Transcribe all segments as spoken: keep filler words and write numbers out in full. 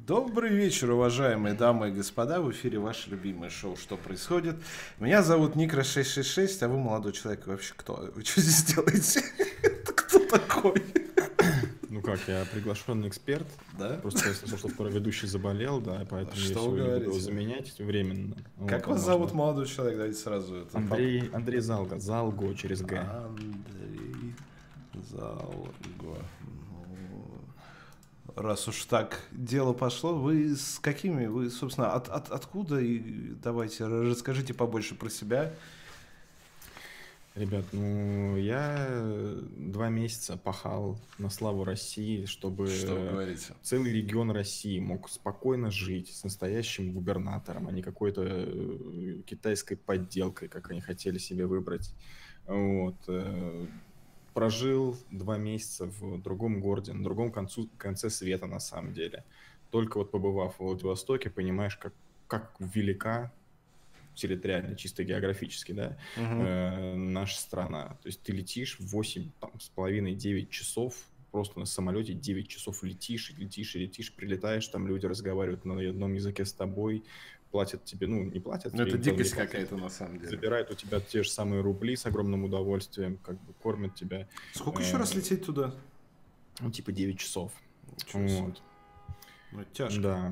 Добрый вечер, уважаемые дамы и господа. В эфире ваше любимое шоу «Что происходит?». Меня зовут Никра шесть шесть шесть, а вы, молодой человек, вообще кто? Вы что здесь делаете? Это кто такой? Ну как, я приглашенный эксперт. Да? Просто я слышал, что скоро ведущий заболел, да, поэтому я Что вы сегодня буду его говорите? заменять временно. Как Вот, вас а зовут, можно- молодой человек? Давайте сразу это. Андрей, Андрей Залга, Залго через Г. Андрей Залго. Ну, раз уж так дело пошло, вы с какими? Вы, собственно, от, от- откуда? И давайте расскажите побольше про себя. Ребят, ну я э, два месяца пахал на славу России, чтобы Что вы э, говорите? целый регион России мог спокойно жить с настоящим губернатором, а не какой-то э, китайской подделкой, как они хотели себе выбрать. Вот. э, Прожил два месяца в другом городе, на другом концу, конце света на самом деле. Только вот побывав в Владивостоке, понимаешь, как, как велика территориально, чисто географически, да, Мгм. э, наша страна. То есть ты летишь восемь там, с половиной девять часов, просто на самолете девять часов летишь, и летишь, и летишь, прилетаешь, там люди разговаривают на одном языке с тобой, платят тебе, ну, не платят Ну, тебе, это никто не дикость платит, какая-то на самом деле. забирают у тебя те же самые рубли с огромным удовольствием, как бы кормят тебя, Сколько еще раз э, лететь туда? ну, типа девять часов. Ничего себе. Вот, Ну, это тяжко. да.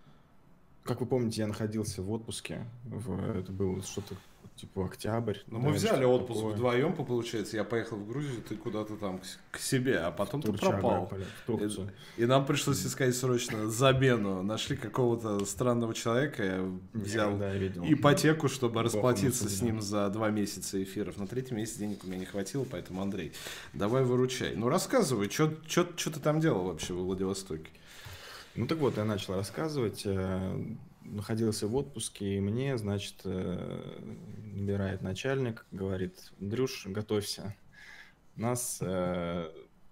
Как вы помните, я находился в отпуске, в, это было что-то типа октябрь, Ну, да, мы или взяли что-то отпуск такое. вдвоем, получается. Я поехал в Грузию, ты куда-то там к, к себе, а потом ты Турчага, пропал. поля- в Турцию. И, и нам пришлось искать срочно замену. Нашли какого-то странного человека, я взял Да, я видел. ипотеку, чтобы Плохо расплатиться мысль, с да. ним за два месяца эфиров. На третий месяц денег у меня не хватило, поэтому, Андрей, давай выручай. Ну, рассказывай, что ты там делал вообще во Владивостоке? Ну так вот, я начал рассказывать, э, находился в отпуске, и мне, значит, э, набирает начальник, говорит: Андрюш, готовься, нас э,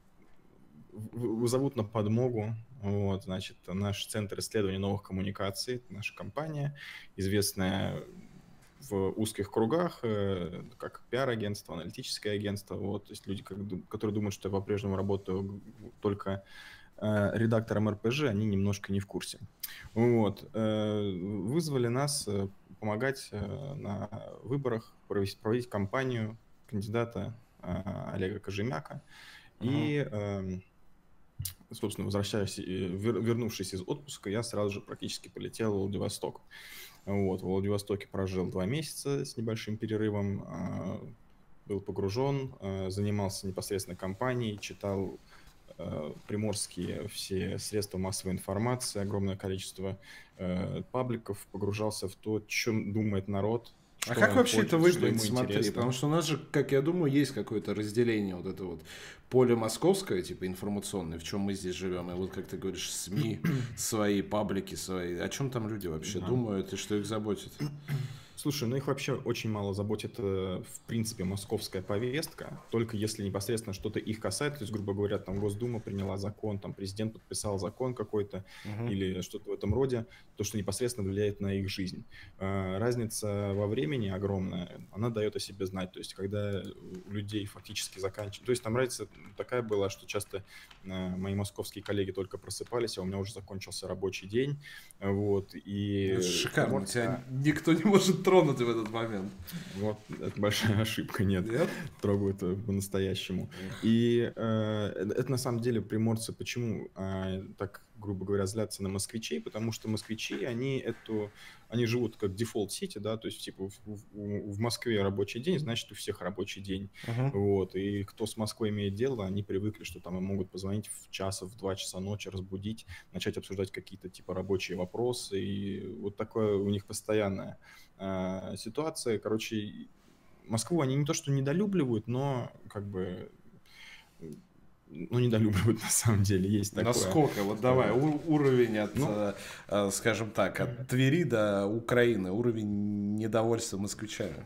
в- в- зовут на подмогу, вот, значит, наш центр исследования новых коммуникаций, это наша компания, известная в узких кругах, э, как пиар-агентство, аналитическое агентство, вот, то есть люди, как ду- которые думают, что я по-прежнему работаю г- только э, редактором эр пэ жэ, они немножко не в курсе. Вот. э, Вызвали нас э, помогать э, на выборах, провести- проводить кампанию кандидата э, Олега Кожемяка. Мгм. И, эм, собственно, возвращаясь, э, вер- вернувшись из отпуска, я сразу же практически полетел в Владивосток. Вот. В Владивостоке прожил два месяца с небольшим перерывом, а, был погружен, а, занимался непосредственно кампанией, читал э, приморские все средства массовой информации, огромное количество э, пабликов, погружался в то, о чем думает народ, А что как он вообще это хочет, что выбрать, ему смотри, потому интересно. что у нас же, как я думаю, есть какое-то разделение вот это вот поле московское, типа информационное, в чем мы здесь живем, и вот, как ты говоришь, СМИ свои, паблики свои, о чем там люди вообще Да. думают и что их заботит? Слушай, ну их вообще очень мало заботит, э, в принципе, московская повестка, только если непосредственно что-то их касается, то есть, грубо говоря, там Госдума приняла закон, там президент подписал закон какой-то Мгм. или что-то в этом роде, то, что непосредственно влияет на их жизнь. Э, Разница во времени огромная, она дает о себе знать, то есть, когда у людей фактически заканчивается, то есть, там разница такая была, что часто э, мои московские коллеги только просыпались, а у меня уже закончился рабочий день, вот, Это и шикарно, приморцы, тебя никто не может тронуть в этот момент. вот это большая ошибка, нет, Нет? трогают э, по-настоящему. И э, это это на самом деле приморцы, почему а, так, грубо говоря, злятся на москвичей, потому что москвичи, они эту, они живут как дефолт-сити, да, то есть типа в, в- в Москве рабочий день, значит у всех рабочий день, Мгм. вот, и кто с Москвой имеет дело, они привыкли, что там им могут позвонить в час, в два часа ночи, разбудить, начать обсуждать какие-то типа рабочие вопросы, и вот такое у них постоянное э, ситуация. Короче, Москву они не то что недолюбливают, но как бы, м, ну, недолюбливают на самом деле, есть такое. Насколько? Вот давай, Вот. у- уровень от, Ну, э, э, скажем так, от Твери до Украины, уровень недовольства москвичами.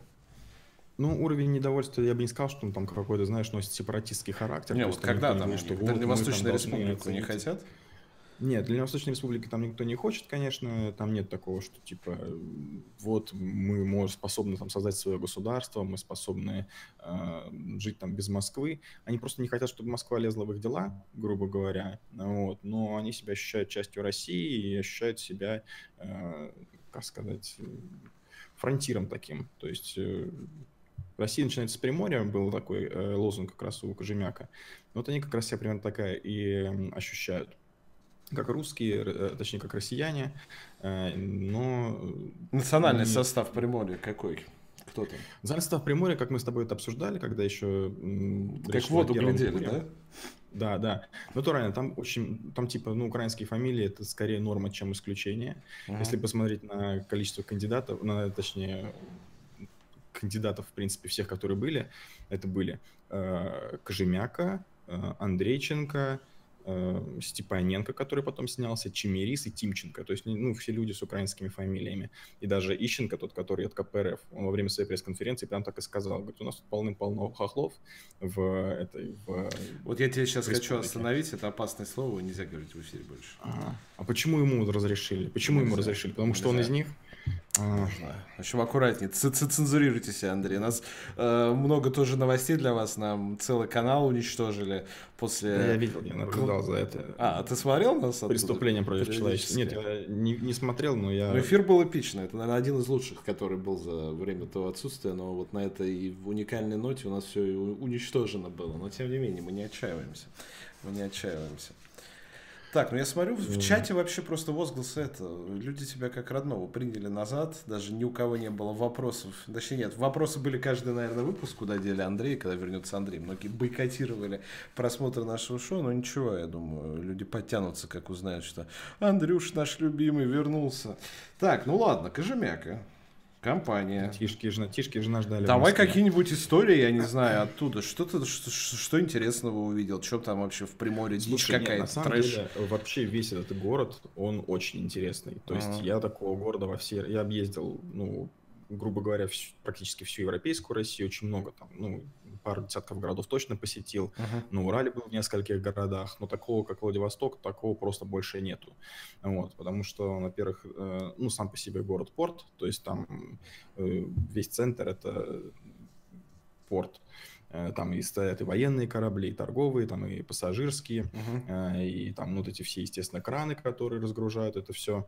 ну, уровень недовольства, я бы не сказал, что он там какой-то, знаешь, носит сепаратистский характер, Не, то вот есть там никто когда не там говорит, они? что В вот мы там Дальневосточную должны республику не оценить. хотят? Нет, Дальневосточной Республики там никто не хочет, конечно. Там нет такого, что типа э, вот мы можем, способны там создать свое государство, мы способны э, жить там без Москвы. Они просто не хотят, чтобы Москва лезла в их дела, грубо говоря. Вот. Но они себя ощущают частью России и ощущают себя, э, как сказать, э, фронтиром таким. То есть э, Россия начинается с Приморья, был такой э, лозунг как раз у Кожемяка. Вот они как раз себя примерно такая и э, ощущают. Как русские, э, точнее, как россияне, э, но... Национальный не- состав Приморья какой? Кто там? Национальный состав Приморья, как мы с тобой это обсуждали, когда еще... м, Как речь в шла о воду Первом глядели, туре. да? Да, да. Натурально, там очень, там типа, ну, украинские фамилии это скорее норма, чем исключение. Мгм. Если посмотреть на количество кандидатов, на, точнее, кандидатов, в принципе, всех, которые были, это были э, Кожемяка, э, Андрейченко, э, Степаненко, который потом снялся, Чемерис и Тимченко. То есть, ну, все люди с украинскими фамилиями. И даже Ищенко, тот, который от ка пэ эр эф, он во время своей пресс-конференции прям так и сказал. Говорит, у нас тут полным-полно хохлов в этой... В Вот я тебя сейчас хочу республике. остановить, это опасное слово, нельзя говорить в эфире больше. Ага. А почему ему разрешили? Почему ему Нельзя, разрешили? Потому что он нельзя. из них? А, Не знаю. В общем, аккуратнее. Ц- ц- Цензурируйте себя, Андрей. У нас э, много тоже новостей для вас. Нам целый канал уничтожили после... да, я видел, я наблюдал за это. А, ты смотрел нас оттуда? Преступление против человечества. Нет, Периодически. я не, не смотрел, но я... Ну, эфир был эпичный. Это, наверное, один из лучших, который был за время твоего отсутствия. Но вот на этой уникальной ноте у нас все уничтожено было. Но, тем не менее, мы не отчаиваемся. Мы не отчаиваемся. Так, ну я смотрю, в чате вообще просто возгласы это. Люди тебя как родного приняли назад. Даже ни у кого не было вопросов. Точнее, нет, вопросы были каждый, наверное, выпуск, куда дели Андрей, когда вернется Андрей. Многие бойкотировали просмотр нашего шоу, но ничего, я думаю, люди подтянутся, как узнают, что Андрюш наш любимый вернулся. Так, ну ладно, Кожемяка. Компания. Тишки, жена, тишки, жена ждали. в Давай Москве. какие-нибудь истории, я не знаю, оттуда. Что ты, что, что интересного увидел? Что там вообще в Приморье? Дичь Слушай, нет, на какая-то, самом трэш? деле, вообще весь этот город, он очень интересный. То есть Ага. я такого города во все... Я объездил, ну, грубо говоря, всю- практически всю европейскую Россию, очень много там, ну, пару десятков городов точно посетил. Ага. На Урале был в нескольких городах, но такого, как Владивосток, такого просто больше нету. Вот, потому что, во-первых, э, ну, сам по себе город-порт, то есть там э, весь центр — это порт. Э, Там и стоят и военные корабли, и торговые, там и пассажирские, Ага. э, и там вот эти все, естественно, краны, которые разгружают это все.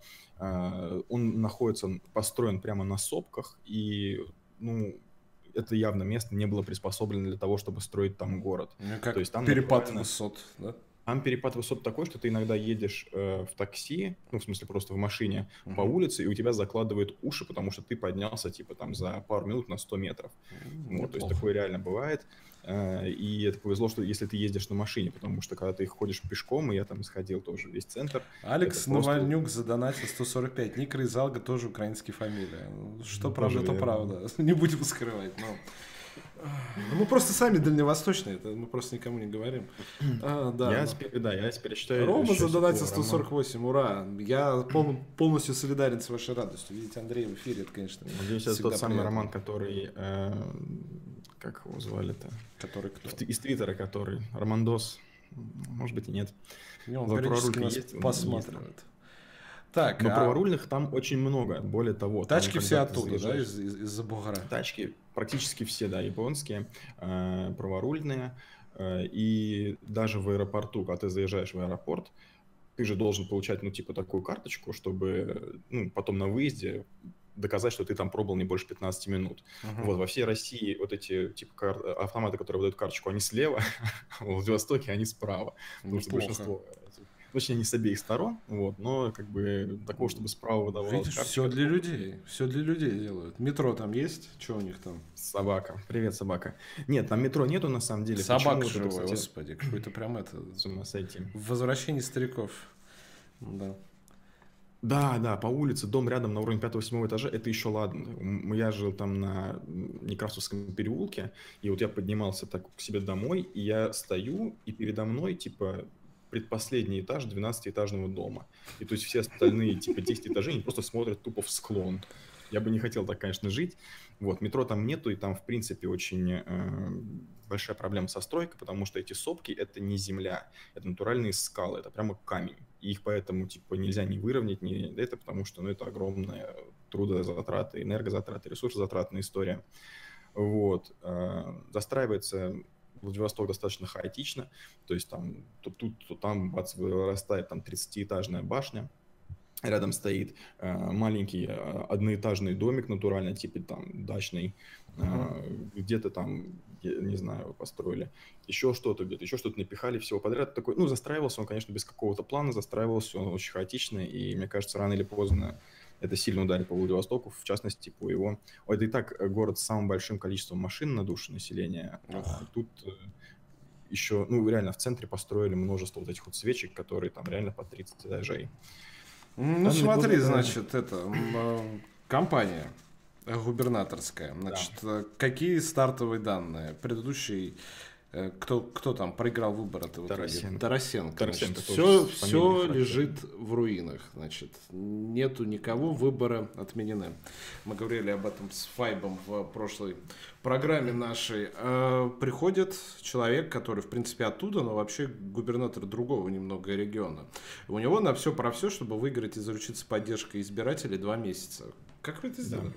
Он находится, он построен прямо на сопках, и, ну, это явно место не было приспособлено для того, чтобы строить там город. Ну, как То есть там перепад натурально- высот, да? Там перепад высот такой, что ты иногда едешь э, в такси, ну, в смысле, просто в машине по Мгм. улице, и у тебя закладывает уши, потому что ты поднялся, типа, там, за пару минут на сто метров. Вот, то есть Неплохо. такое реально бывает. Э, И это повезло, что если ты ездишь на машине, потому что когда ты ходишь пешком, и я там сходил тоже весь центр. Алекс это просто- Навальнюк задонатил сто сорок пять. Никра из Алга тоже украинские фамилии. Ну, Что Ну, правда, тоже то верно. правда. Не будем скрывать. Но... Ну, мы просто сами дальневосточные, это мы просто никому не говорим. А, да, я но- теперь, да, я теперь считаю... Рома считаю задонатил такого сто сорок восемь, ура! Я пол- полностью солидарен с вашей радостью. Видеть Андрея в эфире, это, конечно, Романа. Надеюсь, это всегда тот самый приятно. Роман, который... э, как его звали-то? Который кто? В т- Из Твиттера, который... Романдос. Может быть, и нет. Не, он За периодически праворулька нас есть, он посматривает. Так, Но а праворульных там очень много. Более того... там, тачки когда все ты оттуда, да, заезжаешь- из- из- из-за бугра? Тачки практически все, да, японские, э, праворульные. э, И даже в аэропорту, когда ты заезжаешь в аэропорт, ты же должен получать, ну, типа, такую карточку, чтобы, ну, потом на выезде доказать, что ты там пробыл не больше пятнадцати минут. Мгм. Вот, во всей России вот эти, типа, кар- автоматы, которые выдают карточку, они слева, а в Владивостоке они справа. Потому что Неплохо. большинство... Точнее, не с обеих сторон, вот, но как бы такого, чтобы справа выдавалась Видишь, карточка, все для такого людей. Все для людей делают. Метро там есть? Что у них там? Собака. Привет, собака. Нет, там метро нету на самом деле. Собак Почему вот это, живой, кстати, господи. Какой-то прям это... с ума сойти? Возвращение стариков. Да. Да, да, по улице, дом рядом на уровне пятого-седьмого этажа, это еще ладно. М, Я жил там на м, Некрасовском переулке, и вот я поднимался так к себе домой, и я стою, и передо мной, типа, предпоследний этаж двенадцатиэтажного дома. И то есть все остальные, типа, десять этажей, они просто смотрят тупо в склон. Я бы не хотел так, конечно, жить. Вот, метро там нету, и там, в принципе, очень э, большая проблема со стройкой, потому что эти сопки — это не земля, это натуральные скалы, это прямо камень. И их поэтому, типа, нельзя ни выровнять, ни это, потому что, ну, это огромная трудозатраты, энергозатраты, ресурсозатратная история. Вот. э, Застраивается Владивосток достаточно хаотично, то есть там то тут, то там бац, вырастает там тридцатиэтажная башня, рядом стоит э, маленький э, одноэтажный домик натурально, типа там дачный, Мгм. э, где-то там, я не знаю, построили, еще что-то, где-то еще что-то напихали, всего подряд. Такой, ну, застраивался он, конечно, без какого-то плана, застраивался он очень хаотично, и мне кажется, рано или поздно это сильно ударит по Владивостоку, в частности, по его... О, это и так город с самым большим количеством машин на душу населения, Ух. а тут э, еще, ну, реально в центре построили множество вот этих вот свечек, которые там реально по тридцать этажей. Ну, Рано или поздно смотри, это... значит, это м, э, компания э, губернаторская. Да. Значит, э, какие стартовые данные? Предыдущий, э, кто, кто там проиграл выборы-то в итоге? Тарасенко. Тарасенко. Тарасенко Значит, тоже все, с все фамилией характерной. лежит в руинах. Значит, нету никого, выборы отменены. Мы говорили об этом с Файбом в прошлой программе нашей. Э, приходит человек, который, в принципе, оттуда, но вообще губернатор другого немного региона. У него на все про все, чтобы выиграть и заручиться поддержкой избирателей, два месяца. Как вы это сделали?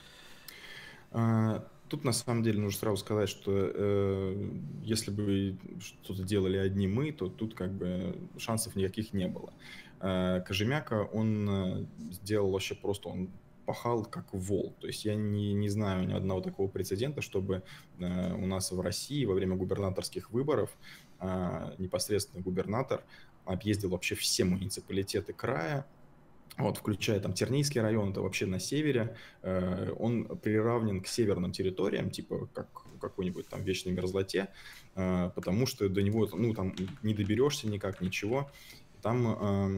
А, Тут на самом деле нужно сразу сказать, что э, если бы что-то делали одни мы, то тут как бы шансов никаких не было. Э, Кожемяка, он э, сделал вообще просто, он пахал как волк. То есть я не, не знаю ни одного такого прецедента, чтобы э, у нас в России во время губернаторских выборов э, непосредственно губернатор объездил вообще все муниципалитеты края, вот, включая там Тернийский район, это вообще на севере, э, он приравнен к северным территориям, типа как какой-нибудь там вечной мерзлоте, э, потому что до него, ну, там не доберешься никак, ничего. Там э,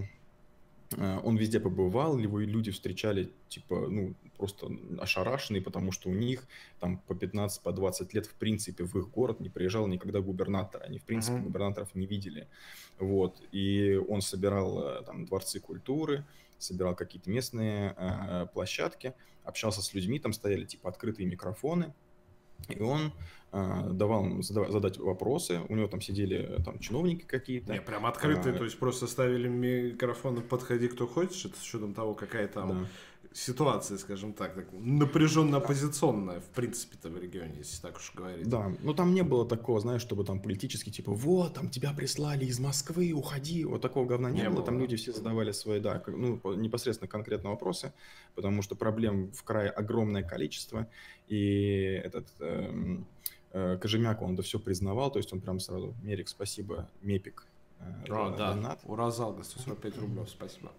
э, он везде побывал, его люди встречали, типа, ну, просто ошарашенные, потому что у них там по пятнадцать, по двадцать лет, в принципе, в их город не приезжал никогда губернатор, они, в принципе, Мгм. губернаторов не видели. Вот, и он собирал э, там дворцы культуры, собирал какие-то местные э, площадки, общался с людьми, там стояли типа открытые микрофоны, и он э, давал им зада- задать вопросы, у него там сидели э, там чиновники Не, какие-то, прям открытые, э, то есть просто ставили микрофон и подходи кто хочешь, это с учетом того, какая там да. ситуация, скажем так, так напряженно-оппозиционная, в принципе-то в регионе, если так уж говорить. Да, но там не было такого, знаешь, чтобы там политически, типа, вот, там тебя прислали из Москвы, уходи, вот такого говна не, Не было, было, там да? люди все задавали свои, да, к- ну, по- непосредственно конкретно вопросы, потому что проблем в крае огромное количество, и этот эм, э, Кожемяка, он это все признавал, то есть он прям сразу, Мерик, спасибо, Мепик, э, А, за да, донат. Уразалга, сто сорок пять рублев, спасибо.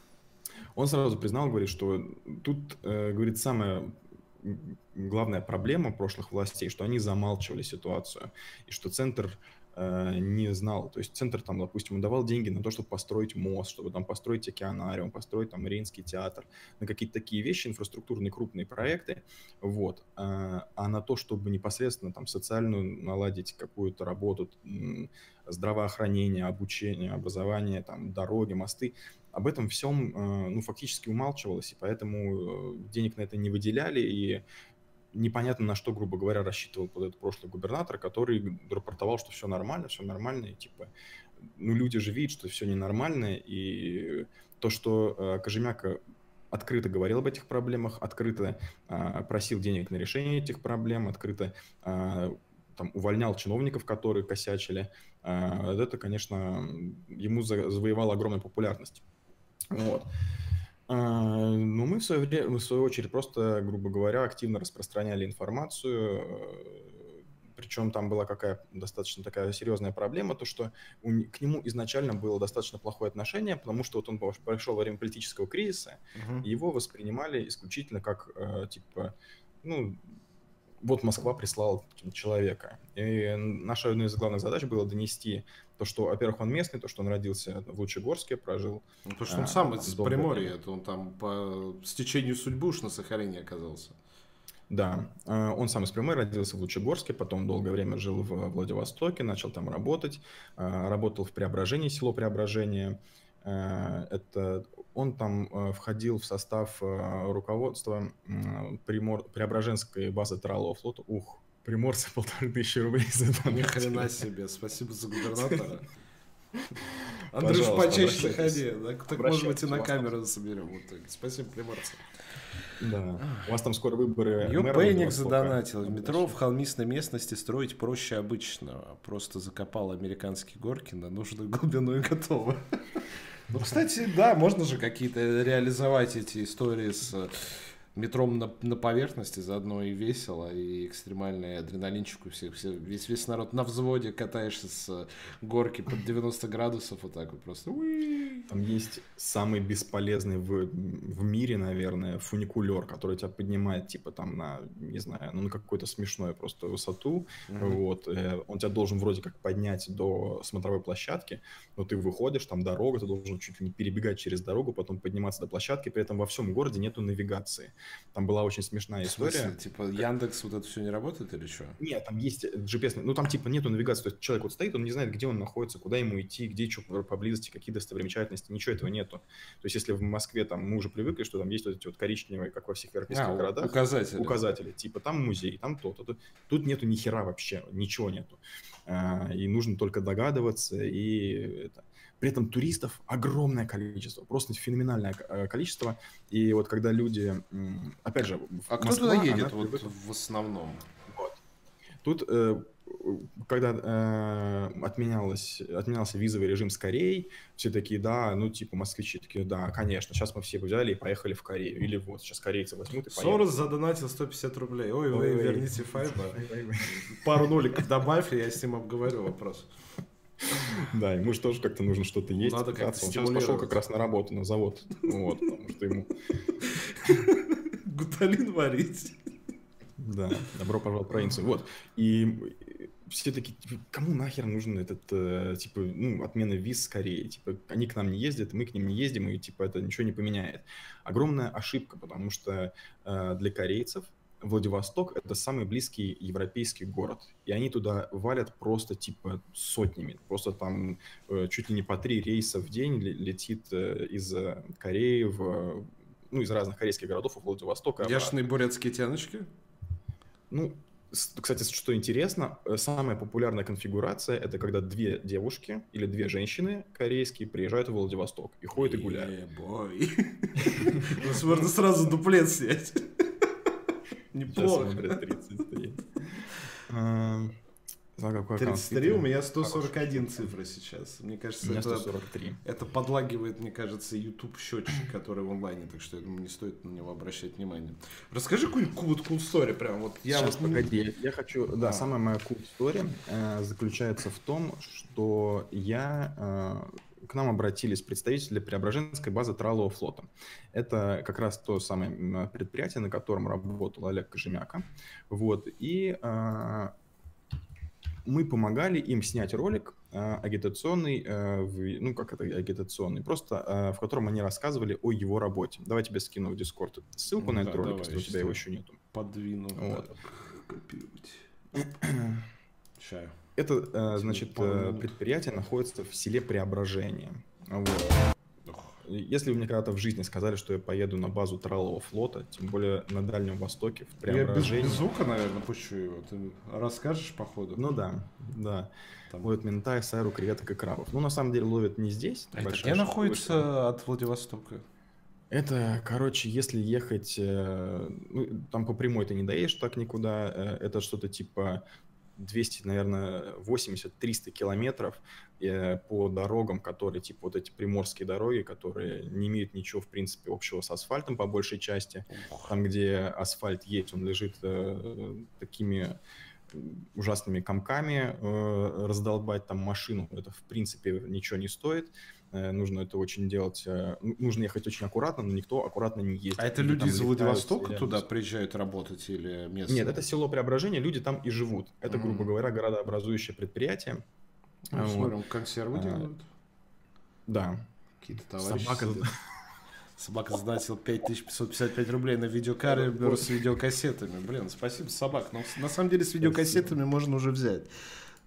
Он сразу признал, говорит, что тут, э, говорит, самая м, главная проблема прошлых властей, что они замалчивали ситуацию, и что центр э, не знал. То есть центр там, допустим, он давал деньги на то, чтобы построить мост, чтобы там построить океанариум, построить там Мариинский театр, на какие-то такие вещи, инфраструктурные крупные проекты, вот. А, а на то, чтобы непосредственно там социальную наладить какую-то работу, м, здравоохранение, обучение, образование, там дороги, мосты, об этом всем, э, ну, фактически умалчивалось, и поэтому э, денег на это не выделяли, и непонятно, на что, грубо говоря, рассчитывал вот этот прошлый губернатор, который рапортовал, что все нормально, все нормально, и типа, ну, люди же видят, что все ненормально, и то, что э, Кожемяка открыто говорил об этих проблемах, открыто э, просил денег на решение этих проблем, открыто э, там, увольнял чиновников, которые косячили, э, это, конечно, ему за- завоевало огромную популярность. Вот. А, Ну, мы в свое время, в свою очередь, просто, грубо говоря, активно распространяли информацию. э, Причем там была какая достаточно такая серьезная проблема, то, что у не- к нему изначально было достаточно плохое отношение, потому что вот он пов- пришел во время политического кризиса, Мгм. и его воспринимали исключительно как, э, типа, ну, вот Москва прислала человека. И наша одна из главных задач было донести то, что, во-первых, он местный, то, что он родился в Лучегорске, прожил Ну, потому что он а, сам там из долгое Приморья, время. это он там по стечению судьбы уж на Сахалине оказался. Да, а, он сам из Приморья, родился в Лучегорске, потом долгое время жил в Владивостоке, начал там работать, а, работал в Преображении, село Преображение, Э, Это он там э, входил в состав э, руководства м, Примор... Преображенской базы тралового флота. Ух, приморцы полторы тысячи рублей за Ни данный хрена материал. себе, спасибо за губернатора. Андрюш, Пожалуйста, почаще обращайтесь. заходи. Так, так может быть, и Обращайтесь. У на вас там, камеру соберем в итоге. Спасибо, приморцы. да. У вас там скоро выборы мэра Ёпейник Владивостока. задонатил. В метро в Обращайтесь. холмистой местности строить проще обычного. Просто закопал американские горки на нужную глубину и готово. Ну, кстати, да, можно же какие-то реализовать эти истории с э, метром на, на поверхности, заодно и весело, и экстремальный адреналинчик у всех. Все, весь, весь народ на взводе катаешься с э, горки под девяносто градусов, вот так вот просто. Уи. Там есть самый бесполезный в, в мире, наверное, фуникулер, который тебя поднимает, типа, там, на, не знаю, ну, на какую-то смешную просто высоту. Мгм. Вот. э, Он тебя должен вроде как поднять до смотровой площадки, но ты выходишь, там дорога, ты должен чуть ли не перебегать через дорогу, потом подниматься до площадки, при этом во всем городе нету навигации. Там была очень смешная В смысле, история. типа, Яндекс вот это все не работает или что? Нет, там есть джи пи эс, ну там типа нету навигации, то есть человек вот стоит, он не знает, где он находится, куда ему идти, где что поблизости, какие достопримечательности, ничего этого нету. То есть если в Москве там мы уже привыкли, что там есть вот эти вот коричневые, как во всех европейских А, городах, указатели. указатели, типа там музей, там то-то, то. Тут нету ни хера вообще, ничего нету. А, и нужно только догадываться, и это... При этом туристов огромное количество, просто феноменальное э, количество. И вот когда люди, м, опять же, А кто Москва, туда она едет вот привыкла- в основном? вот. Тут, э, когда э, отменялось, отменялся визовый режим с Кореей, все такие, да, ну, типа, москвичи такие, да, конечно, сейчас мы все взяли и поехали в Корею. Или вот, сейчас корейцы возьмут и поедут. Сорос задонатил сто пятьдесят рублей. Ой, вы Ой. верните Файба. Ой, ой, ой. Пару ноликов добавь, и я с ним обговорю вопрос. Да, ему же тоже как-то нужно что-то есть. Надо как-то питаться. Он сейчас пошел стимулировать. как раз на работу, на завод. Вот, потому что ему, Гуталин варить. да, добро пожаловать в провинцию. Вот, и все такие, типа, кому нахер нужен этот, э, типа, ну, отмена виз скорее, типа, они к нам не ездят, мы к ним не ездим, и, типа, это ничего не поменяет. Огромная ошибка, потому что э, для корейцев Владивосток – это самый близкий европейский город, и они туда валят просто, типа, сотнями, просто там э, чуть ли не по три рейса в день ле- летит э, из э, Кореи в, ну, из разных корейских городов в Владивосток и обратно. Яшные бурятские тяночки. Ну, с- кстати, что интересно, э, самая популярная конфигурация – это когда две девушки или две женщины корейские приезжают в Владивосток и ходят и гуляют. Ебой. Можно сразу дуплет снять. Сейчас Неплохо. ему, блядь, тридцать три. А, за какой аккаунт тридцать три, Твиттера? у меня сто сорок один цифра сейчас. Мне У кажется, меня это, сто сорок три. это подлагивает, мне кажется, YouTube счетчик, который в онлайне, так что я думаю, не стоит на него обращать внимание. Расскажи какую-нибудь cool, cool story, прям вот я Сейчас, вот... погоди, я хочу... Да, А. самая моя cool story э, заключается в том, что я... э, к нам обратились представители Преображенской базы тралового флота. Это как раз то самое м, предприятие, на котором работал Олег Кожемяка. Вот. И э, мы помогали им снять ролик э, агитационный, э, в- ну как это агитационный, просто э, в котором они рассказывали о его работе. Давай тебе скину в Discord ссылку на Да, этот ролик, давай, если у сейчас тебя его я еще нету. подвину. Вот. Так, копировать. Ща. Это, э, значит, пару э, минут. предприятие находится в селе Преображение. Вот. Ох. Если вы мне когда-то в жизни сказали, что я поеду на базу тралового флота, тем более на Дальнем Востоке, в Я без, Преображение. без звука, наверное, пущу его. Ты расскажешь по ходу? Ну да, да. Там. Ловят ментай, сайру, креветок и крабов. Ну, на самом деле, ловят не здесь. А это большая где ошибка вышла. находится от Владивостока? Это, короче, если ехать, э, ну, там по прямой ты не доедешь так никуда, э, это что-то типа двести, наверное, восемьдесят-триста километров э, по дорогам, которые, типа, вот эти приморские дороги, которые не имеют ничего, в принципе, общего с асфальтом по большей части. Ух. Там, где асфальт есть, он лежит э, такими ужасными комками, э, раздолбать там машину, это, в принципе, ничего не стоит. Э, нужно это очень делать, э, ну, нужно ехать очень аккуратно, но никто аккуратно не ездит. А это люди там из летают, Владивостока стреляют. туда приезжают работать или местные? Нет, это село Преображение, люди там и живут. Это, Мгм. грубо говоря, городообразующее предприятие. Ну, Вот. смотрим, консервы А, делают. Да. Какие-то товарищи Собака... сидят. Собака задонатил пять тысяч пятьсот пятьдесят пять рублей на видеокамеру с видеокассетами. Блин, спасибо, собак. Но на самом деле с видеокассетами можно уже взять.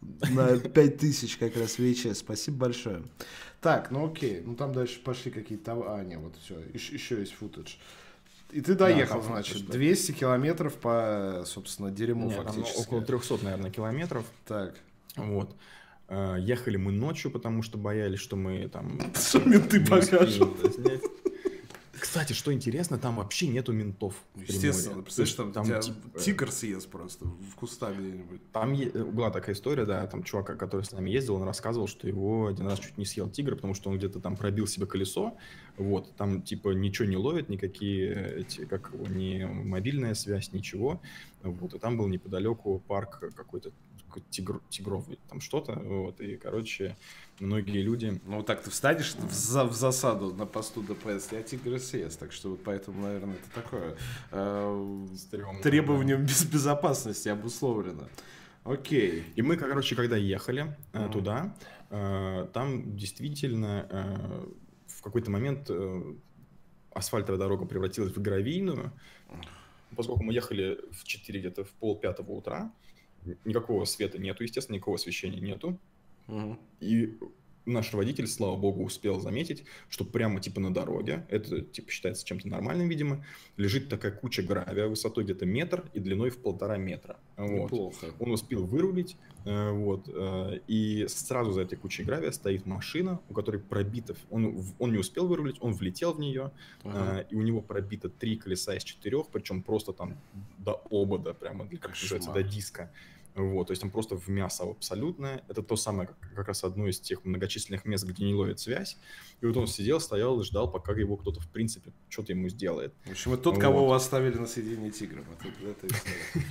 на пять тысяч как раз ви эйч эс. Спасибо большое. Так, ну окей. Ну там дальше пошли какие-то... А, нет, вот все. Еще, еще есть футаж. И ты доехал, да, значит, футаж, двести километров по, собственно, дерьму нет, фактически. Около трехсот, наверное, километров. Так. Вот. Ехали мы ночью, потому что боялись, что мы там... Что менты покажут. Кстати, что интересно, там вообще нету ментов. Естественно, представляешь, там, там тебя типа... тигр съест просто в кустах где-нибудь. Там е... была такая история, да, там чувак, который с нами ездил, он рассказывал, что его один раз чуть не съел тигр, потому что он где-то там пробил себе колесо, вот, там типа ничего не ловит, никакие эти, как его, ни мобильная связь, ничего, вот, и там был неподалеку парк какой-то тигр, тигровый, там что-то, вот, и, короче, многие люди... Ну, вот так ты встанешь в, за, в засаду на посту ДПС, я тигр съест, так что вот поэтому, наверное, это такое э, требованием да. без, безопасности обусловлено. Окей. И мы, короче, когда ехали mm-hmm. туда, э, там действительно э, в какой-то момент э, асфальтовая дорога превратилась в гравийную, поскольку мы ехали в четыре, где-то в полпятого утра, никакого света нету, естественно, никакого освещения нету. Uh-huh. И наш водитель, слава богу, успел заметить, что прямо типа на дороге, это типа считается чем-то нормальным, видимо, лежит такая куча гравия высотой где-то метр и длиной в полтора метра. Вот. Неплохо. Он успел вырулить, вот, и сразу за этой кучей гравия стоит машина, у которой пробито, он, он не успел вырулить, он влетел в нее, uh-huh. и у него пробито три колеса из четырех, причем просто там до обода, прямо, как называется, до диска. Вот, то есть там просто в мясо абсолютное. Это то самое, как, как раз одно из тех многочисленных мест, где не ловит связь. И вот он сидел, стоял и ждал, пока его кто-то, в принципе, что-то ему сделает. В общем, это тот, вот. Кого вы оставили на сиденье тигром. Это, это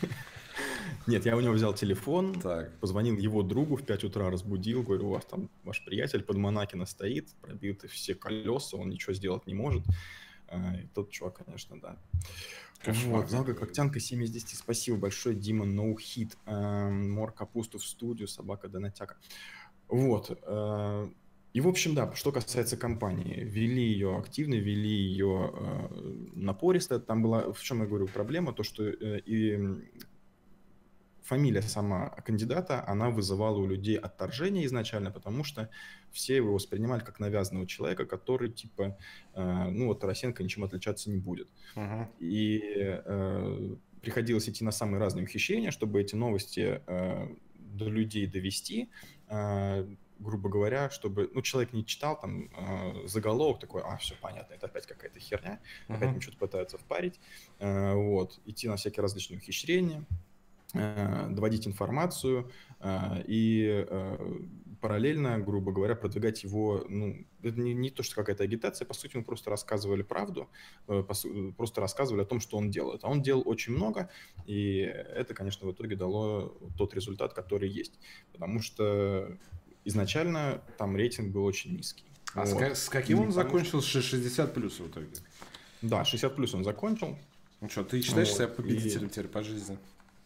Нет, я у него взял телефон, так. Позвонил его другу в пять утра, разбудил. Говорю, у вас там ваш приятель под Монакино стоит, пробиты все колеса, он ничего сделать не может. И тот чувак, конечно, да. Вот, Залга Когтянка семь из десяти. Спасибо большое, Дима No Hit. Мор капусту в студию, собака Донатяка. Вот. И, в общем, да, что касается компании. Вели ее активно, вели ее напористо. Там была, в чем я говорю, проблема, то, что и фамилия сама кандидата, она вызывала у людей отторжение изначально, потому что все его воспринимали как навязанного человека, который, типа, э, ну, вот Тарасенко ничем отличаться не будет. Uh-huh. И э, приходилось идти на самые разные ухищрения, чтобы эти новости э, до людей довести, э, грубо говоря, чтобы, ну, человек не читал там э, заголовок такой, а, все понятно, это опять какая-то херня, uh-huh. опять им что-то пытаются впарить, э, вот, идти на всякие различные ухищрения, доводить информацию э, и э, параллельно, грубо говоря, продвигать его, ну, это не, не то, что какая-то агитация, по сути, мы просто рассказывали правду, э, по, просто рассказывали о том, что он делает. А он делал очень много, и это, конечно, в итоге дало тот результат, который есть. Потому что изначально там рейтинг был очень низкий. А вот. с, с каким он закончил? шестьдесят плюс в итоге? Да, шестьдесят плюс он закончил. Ну что, ты считаешь вот. себя победителем и... теперь по жизни?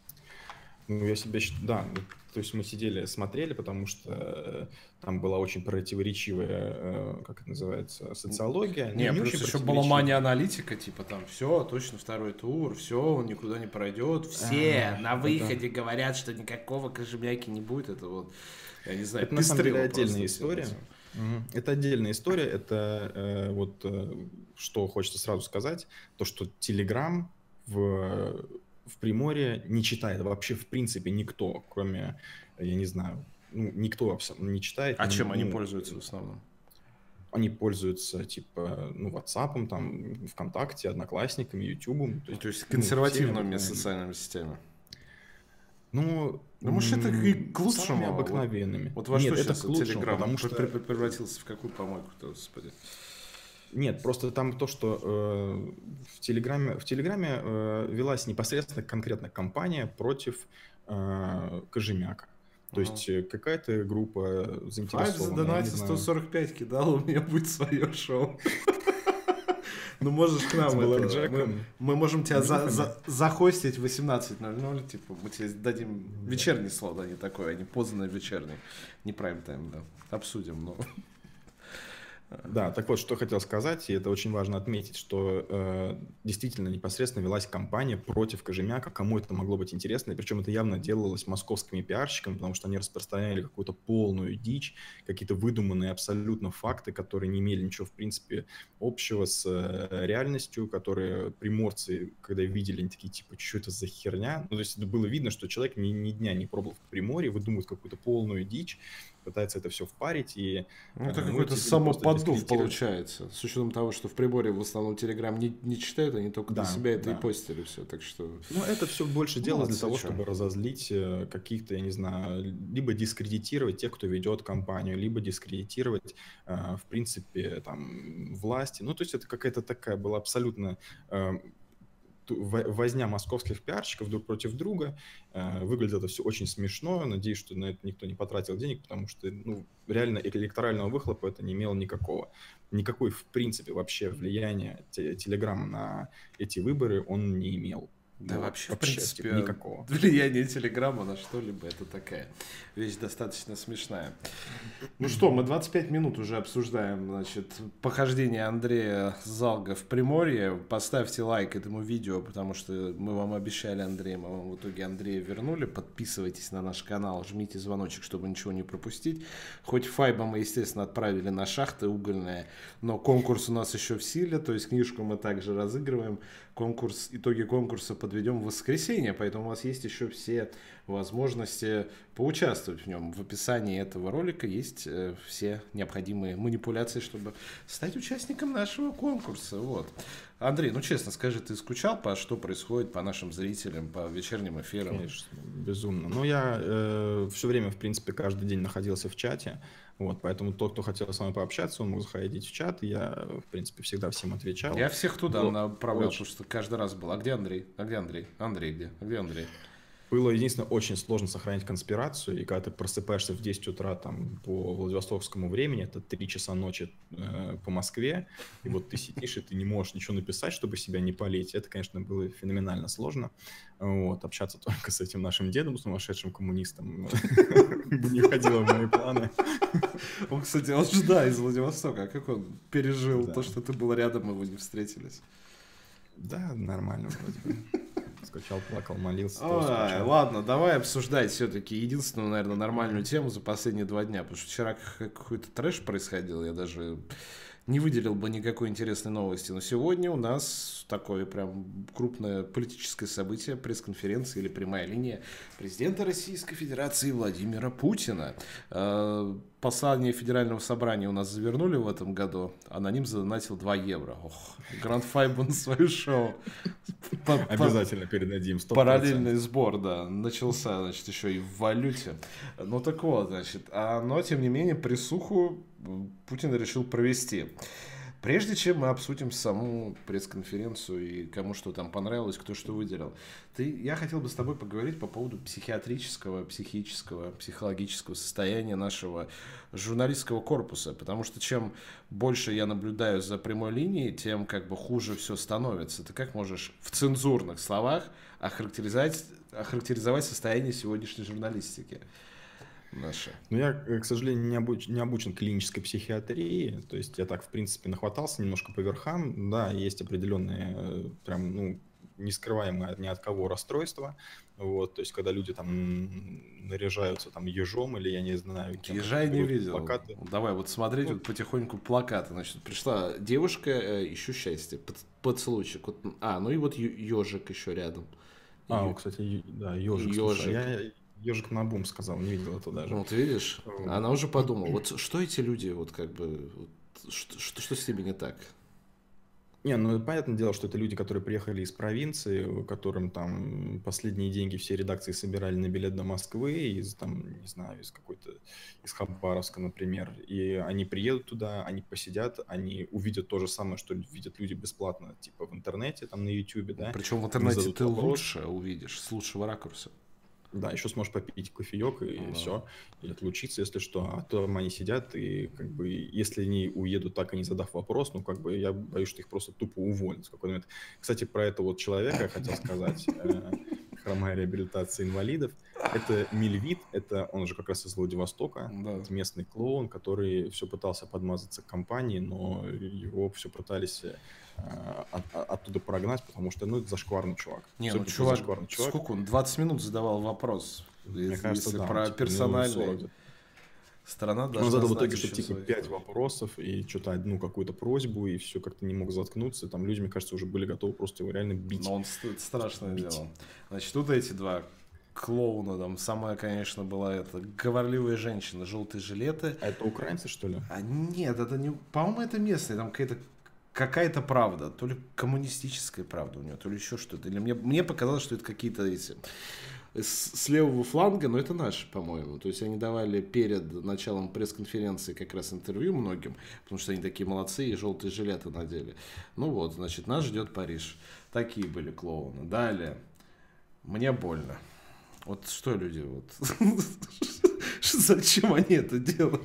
Ну, я себя считаю, да, то есть мы сидели, смотрели, потому что там была очень противоречивая, как это называется, социология. Не, не плюс еще была мания-аналитика, типа там, все, точно второй тур, все, он никуда не пройдет, все а, на выходе это... говорят, что никакого Кожемяки не будет, это вот, я не знаю, это на самом деле отдельная история. Угу. Это отдельная история, это э, вот, э, что хочется сразу сказать, то, что Telegram в... в Приморье не читает вообще в принципе никто, кроме, я не знаю, ну, никто абсолютно не читает. А не, чем ну, они пользуются в основном? Они пользуются, типа, ну, WhatsApp, там, ВКонтакте, Одноклассниками, Ютубом. То есть, то есть консервативными ну, социальными сетями? Ну, ну, может, это и к лучшему? Самыми обыкновенными. Вот, вот во Нет, что это сейчас к лучшему, Телеграм потому что... превратился в какую помойку-то, господи? Нет, просто там то, что э, в Телеграме, в Телеграме э, велась непосредственно конкретно кампания против э, Кожемяка. То uh-huh. есть какая-то группа заинтересованная. Файв задонатил сто сорок пять кидал, у меня будет свое шоу. Ну, можешь к нам это... Мы можем тебя захостить в восемнадцать ноль ноль, типа, мы тебе дадим вечерний слот, а не такой, а не поздно вечерний. Не прайм-тайм, да. Обсудим, но... Да, так вот, что хотел сказать, и это очень важно отметить, что э, действительно непосредственно велась кампания против Кожемяка, кому это могло быть интересно, и причем это явно делалось московскими пиарщиками, потому что они распространяли какую-то полную дичь, какие-то выдуманные абсолютно факты, которые не имели ничего, в принципе, общего с э, реальностью, которые приморцы, когда видели, они такие, типа, что это за херня? Ну, то есть было видно, что человек ни, ни дня не пробовал в Приморье, выдумывает какую-то полную дичь, пытается это все впарить, и Ну, это э, ну, какой-то эти люди просто самоподдув дискредитировали. получается. С учетом того, что в Приборе в основном Телеграм не, не читают, они только для Да, себя это и да. постили все. Так что... Ну, это все больше делалось для Молодцы, того, чё. чтобы разозлить э, каких-то, я не знаю, либо дискредитировать тех, кто ведет компанию, либо дискредитировать, э, в принципе, там, власти. Ну, то есть это какая-то такая была абсолютно э, ту- во- возня московских пиарщиков друг против друга. Э, Выглядит это все очень смешно. Надеюсь, что на это никто не потратил денег, потому что, ну, реально электорального выхлопа это не имело никакого. Никакой, в принципе, вообще влияния те- Телеграма на эти выборы он не имел. Да Вот, вообще, в вообще, принципе, типа, никакого. влияние Телеграма на что-либо, это такая вещь достаточно смешная. Ну что, мы двадцать пять минут уже обсуждаем, значит, похождение Андрея Залга в Приморье. Поставьте лайк этому видео, потому что мы вам обещали Андрея, мы вам в итоге Андрея вернули. Подписывайтесь на наш канал, жмите звоночек, чтобы ничего не пропустить. Хоть Файба мы, естественно, отправили на шахты угольные, но конкурс у нас еще в силе, то есть книжку мы также разыгрываем. Конкурс, итоги конкурса подведем в воскресенье, поэтому у вас есть еще все возможности поучаствовать в нем. В описании этого ролика есть э, все необходимые манипуляции, чтобы стать участником нашего конкурса. Вот. Андрей, ну честно скажи, ты скучал по что происходит по нашим зрителям, по вечерним эфирам? Конечно, безумно. Ну, я э, все время, в принципе, каждый день находился в чате, вот, поэтому тот, кто хотел с вами пообщаться, он мог заходить в чат, и я, в принципе, всегда всем отвечал. Я всех туда Было направлял, очень- потому что каждый раз был. А где Андрей? А где Андрей? Андрей где? А где Андрей? Было, единственное, очень сложно сохранить конспирацию, и когда ты просыпаешься в десять утра там, по Владивостокскому времени, это три часа ночи э, по Москве, и вот ты сидишь, и ты не можешь ничего написать, чтобы себя не палить. Это, конечно, было феноменально сложно. Вот, общаться только с этим нашим дедом, сумасшедшим коммунистом, не входило в мои планы. Он, кстати, он же, да, из Владивостока. А как он пережил Да. то, что ты был рядом, и вы не встретились? Да, нормально вроде бы. Скучал, плакал, молился. тоже Ой, скучал. ладно, давай обсуждать все-таки единственную, наверное, нормальную тему за последние два дня. Потому что вчера как- какой-то трэш происходил, я даже не выделил бы никакой интересной новости. Но сегодня у нас такое прям крупное политическое событие, пресс-конференция или прямая линия президента Российской Федерации Владимира Путина. Э, Послание Федерального собрания у нас завернули в этом году. Аноним задонатил два евро. Ох, Гранд Файбу на свое шоу. По- по- Обязательно передадим. сто процентов. Параллельный сбор, да, начался, значит, еще и в валюте. Ну так вот, значит, а, но тем не менее присуху Путин решил провести. Прежде чем мы обсудим саму пресс-конференцию и кому что там понравилось, кто что выделил, ты, я хотел бы с тобой поговорить по поводу психиатрического, психического, психологического состояния нашего журналистского корпуса, потому что чем больше я наблюдаю за прямой линией, тем как бы хуже все становится. Ты как можешь в цензурных словах охарактеризовать, охарактеризовать состояние сегодняшней журналистики нашей? Ну, я, э, к сожалению, не, обуч- не обучен клинической психиатрии, то есть я так, в принципе, нахватался немножко по верхам. Да, есть определенные, э, прям, ну, нескрываемые ни от кого расстройства, вот, то есть когда люди там м, наряжаются там ежом или, я не знаю, кем, Ежа я не берут видел. плакаты. Давай вот смотреть Ну, вот потихоньку плакаты. Значит, пришла девушка, э, ищу счастье, под, поцелуйчик. Вот, а, ну и вот ежик еще рядом. А, Ё- вот, кстати, ё- да, ежик, слушай, Ёжик. я ежик на бум сказал, не видел это даже. Вот видишь, Вот. она уже подумала, вот что эти люди, вот как бы, вот, что, что, что с ними не так? Не, ну понятное дело, что это люди, которые приехали из провинции, которым там последние деньги все редакции собирали на билет до Москвы, из там, не знаю, из какой-то, из Хабаровска, например. И они приедут туда, они посидят, они увидят то же самое, что видят люди бесплатно, типа в интернете, там на Ютубе, да. Причем в Им интернете зададут ты вопрос. лучше увидишь, с лучшего ракурса. Да, еще сможешь попить кофеек и Да. все, и отлучиться, если что. А то они сидят, и как бы, если они уедут так и не задав вопрос, ну, как бы, я боюсь, что их просто тупо уволят в какой-то момент. Кстати, про этого вот человека я хотел сказать. Э, хромая реабилитация инвалидов. Это Мильвит, это он же как раз из Владивостока, Да. это местный клоун, который все пытался подмазаться к компании, но его все пытались а, от, от- оттуда прогнать, потому что, ну, это зашкварный чувак. Не, ну Абсолютно чувак, зашкварный чувак. сколько он? двадцать минут задавал вопрос. Мне Если, кажется, если да, про типа, ну, персональный. сорок где-то. Страна Он должна задал в знать итоге, еще что типа своих. пять вопросов и что-то одну какую-то просьбу, и все как-то не мог заткнуться. Там люди, мне кажется, уже были готовы просто его реально бить. Но он ст- это страшное Бить. дело. Значит, вот эти два клоуна, там самая, конечно, была эта говорливая женщина, желтые жилеты. А это украинцы, что ли? А нет, это не... По-моему, это местные, там какая-то какая-то правда, то ли коммунистическая правда у нее, то ли еще что-то. Или мне, мне показалось, что это какие-то эти с, с левого фланга, но это наши, по-моему. То есть они давали перед началом пресс-конференции как раз интервью многим, потому что они такие молодцы и желтые жилеты надели. Ну вот, значит, нас ждет Париж. Такие были клоуны. Далее. Мне больно. Вот что люди вот... Зачем они это делают?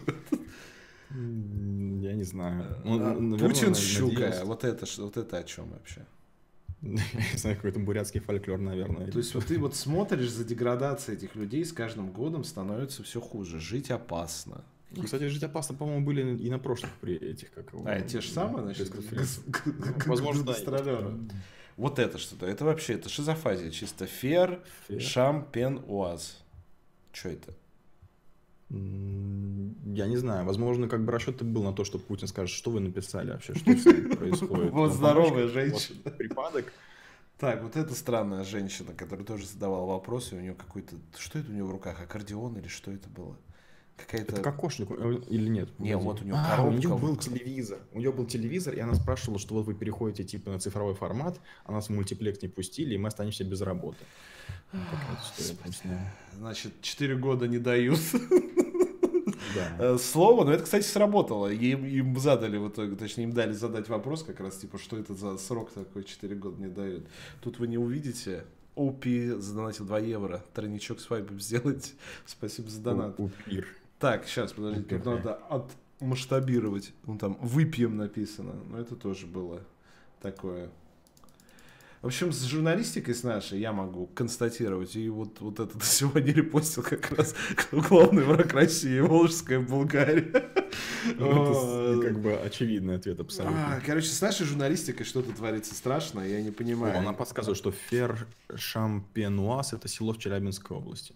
М, Я не знаю. Ну, А, наверное, Путин на- щука. надеюсь. Вот это, ш- вот это о чем вообще? Я не знаю, какой-то бурятский фольклор, наверное. То есть вот ты вот смотришь за деградацией этих людей, с каждым годом становится все хуже. Жить опасно. Ну, кстати, жить опасно, по-моему, были и на прошлых при этих, как его... А, те же самые, значит, пресс-конференциях. гас- г- г- Возможно, да. гастролеры. Вот это что-то. Это вообще, это шизофазия. Чисто фер, Фер. шам, пен, уаз. Что это? М, Я не знаю. Возможно, как бы расчет был на то, что Путин скажет, что вы написали вообще, что с вами происходит. Вот Ну, здоровая помочь, женщина. вот припадок. Так, вот эта странная женщина, которая тоже задавала вопросы, у нее какой-то... Что это у нее в руках? Аккордеон или что это было? Какая-то... Это кокошник э, или нет? Не, Погоди. вот у него А, у коробка. нее был телевизор. У нее был телевизор, и она спрашивала, что вот вы переходите типа на цифровой формат, а нас в мультиплекс не пустили, и мы останемся без работы. Ну, какая-то история там с ней. Значит, четыре года не дают Да. э, слово, но это, кстати, сработало. Им, им задали в итоге, точнее, им дали задать вопрос как раз, типа, что это за срок такой, четыре года не дают. Тут вы не увидите. Опи задонатил два евро. Тройничок с вайпом сделать. Спасибо за донат. У- Упир. Так, сейчас, подождите, как надо отмасштабировать. Ну, там, выпьем написано. Но это тоже было такое. В общем, с журналистикой с нашей я могу констатировать, и вот, вот это сегодня репостил как раз главный враг России, Волжская Болгария. Ну, это как бы очевидный ответ абсолютно. А, Короче, с нашей журналистикой что-то творится страшное, я не О, понимаю. Она подсказывает, что Фер-Шампенуаз – это село в Челябинской области.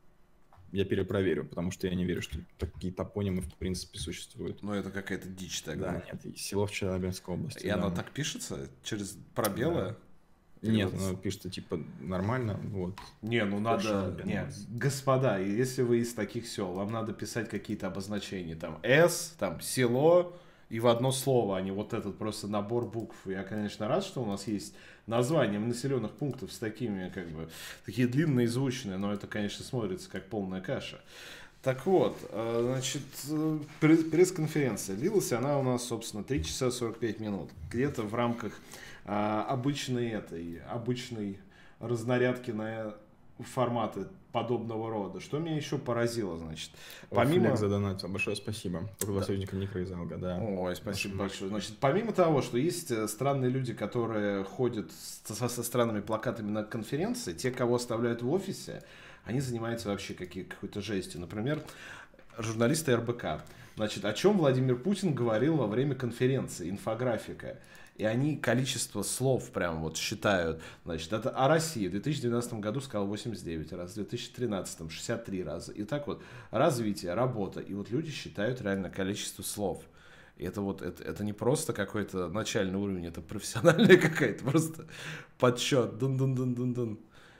Я перепроверю, потому что я не верю, что такие топонимы в принципе существуют. Ну, это какая-то дичь Да, тогда. нет, и село в Челябинской области. И да. оно так пишется? Через пробелы? Нет, перевод? оно пишется типа нормально, вот. Не, ну надо... Совершенно Не, верно. господа, если вы из таких сел, вам надо писать какие-то обозначения. Там «С», там «село» и в одно слово, а не вот этот просто набор букв. Я, конечно, рад, что у нас есть названия населенных пунктов с такими, как бы, такие длинные и звучные, но это, конечно, смотрится как полная каша. Так вот, э, значит, э, пресс- пресс-конференция. Длилась она у нас, собственно, три часа сорок пять минут. Где-то в рамках а, обычной этой, обычной разнарядки на форматы подобного рода. Что меня еще поразило, значит, помимо... Флекс задонатил, большое спасибо. Только два союзника Ника из Алга, да. Ой, спасибо Наш- большое. Значит, помимо того, что есть э, странные люди, которые ходят со, со странными плакатами на конференции, те, кого оставляют в офисе, они занимаются вообще какие, какой-то жестью. Например, журналисты эр бэ ка. Значит, о чем Владимир Путин говорил во время конференции, инфографика. И они количество слов прям вот считают. Значит, это о России. В две тысячи двенадцатом году сказал восемьдесят девять раз, в две тысячи тринадцатом шестьдесят три раза. И так вот, развитие, работа. И вот люди считают реально количество слов. И это вот, это, это не просто какой-то начальный уровень, это профессиональная какая-то просто подсчет. Дун-дун-дун-дун-дун.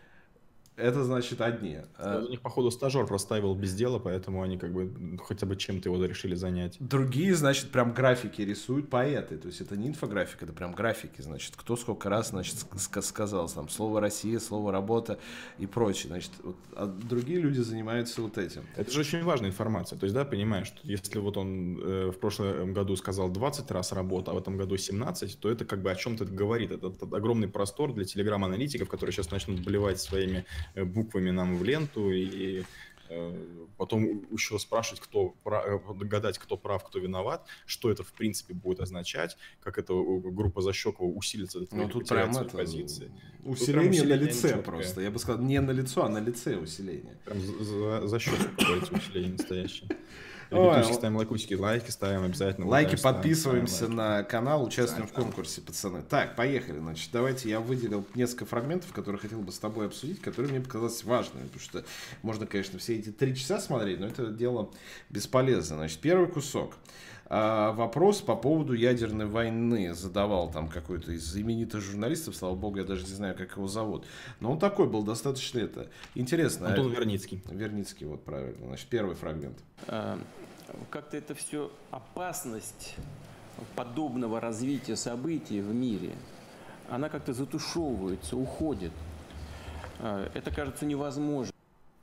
Это значит одни. У них, походу, стажер проставил без дела, поэтому они как бы хотя бы чем-то его решили занять. Другие, значит, прям графики рисуют поэты. То есть это не инфографика, это прям графики. Значит, кто сколько раз, значит, ск- сказал там слово «Россия», слово «работа» и прочее. Значит, вот, а другие люди занимаются вот этим. Это же очень важная информация. То есть, да, понимаешь, что если вот он э, в прошлом году сказал двадцать раз работа, а в этом году семнадцать, то это как бы о чем-то говорит. Это, это огромный простор для телеграм-аналитиков, которые сейчас начнут блевать своими э, буквами нам в ленту и Потом еще спрашивать, кто гадать, кто прав, кто виноват, что это в принципе будет означать, как эта группа Защекова усилится до того, ну, тут прям это позиции. Усиление на лице просто. Я бы сказал, не на лицо, а на лице усиление. Прям за, за счет, как говорится, усиление настоящее. Ребятушки, ставим лайкусики, лайки ставим обязательно. Лайки, подписываемся на канал, участвуем в конкурсе, пацаны. Так, поехали. Значит, давайте я выделил несколько фрагментов, которые хотел бы с тобой обсудить, которые мне показались важными. Потому что можно, конечно, все эти три часа смотреть, но это дело бесполезно. Значит, первый кусок. А, вопрос по поводу ядерной войны задавал там какой-то из именитых журналистов, слава богу, я даже не знаю, как его зовут. Но он такой был, достаточно это интересно. Антон Верницкий. Верницкий, вот правильно. Значит, первый фрагмент. Как-то это все опасность подобного развития событий в мире, она как-то затушевывается, уходит. Это кажется невозможным.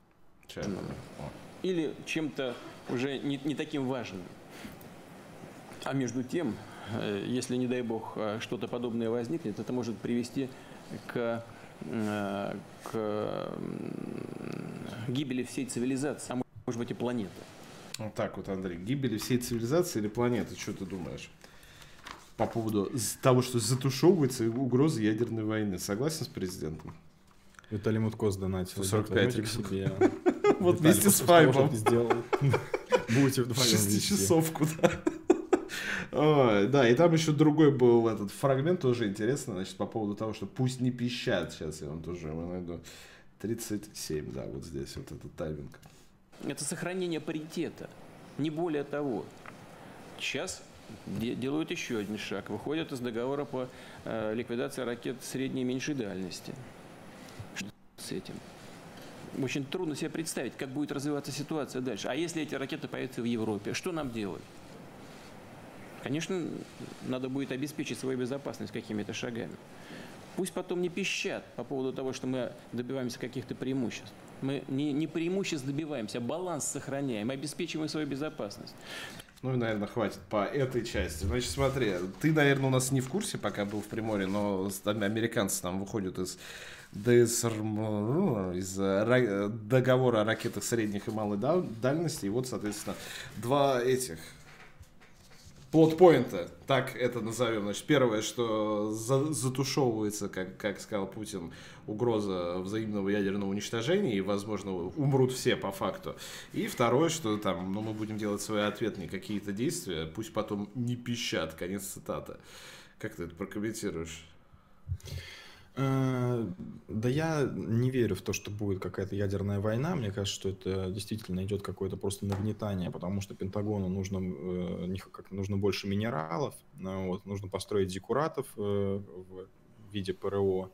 Или чем-то уже не, не таким важным. А между тем, если, не дай бог, что-то подобное возникнет, это может привести к, к гибели всей цивилизации, а может быть и планеты. Вот так вот, Андрей. Гибели всей цивилизации или планеты? Что ты думаешь? По поводу того, что затушевывается угроза ядерной войны. Согласен с президентом? Виталий Мутко сдонатил. сорок пять к себе. Вот вместе с Файбом. Будете вдвоем. Шестичасовку, да. Ой, да, и там еще другой был этот фрагмент, тоже интересно, значит, по поводу того, что пусть не пищат. Сейчас я вам тоже его найду. тридцать семь, да, вот здесь вот этот тайминг. Это сохранение паритета, не более того. Сейчас де- делают еще один шаг, выходят из договора по э, ликвидации ракет средней и меньшей дальности. Что с этим? Очень трудно себе представить, как будет развиваться ситуация дальше. А если эти ракеты появятся в Европе, что нам делать? Конечно, надо будет обеспечить свою безопасность какими-то шагами. Пусть потом не пищат по поводу того, что мы добиваемся каких-то преимуществ. Мы не, не преимуществ добиваемся, а баланс сохраняем, обеспечиваем свою безопасность. Ну и, наверное, хватит по этой части. Значит, смотри, ты, наверное, у нас не в курсе, пока был в Приморье, но американцы там выходят из ДСР, из договора о ракетах средних и малой дальности. И вот, соответственно, два этих... плот-поинта, так это назовем. Значит, первое, что за, затушевывается, как, как сказал Путин, угроза взаимного ядерного уничтожения, и, возможно, умрут все по факту. И второе, что там, ну, мы будем делать свои ответные какие-то действия, пусть потом не пищат. Конец цитаты. Как ты это прокомментируешь? Да я не верю в то, что будет какая-то ядерная война. Мне кажется, что это действительно идет какое-то просто нагнетание, потому что Пентагону нужно, как, нужно больше минералов, вот, нужно построить зиккуратов в виде ПРО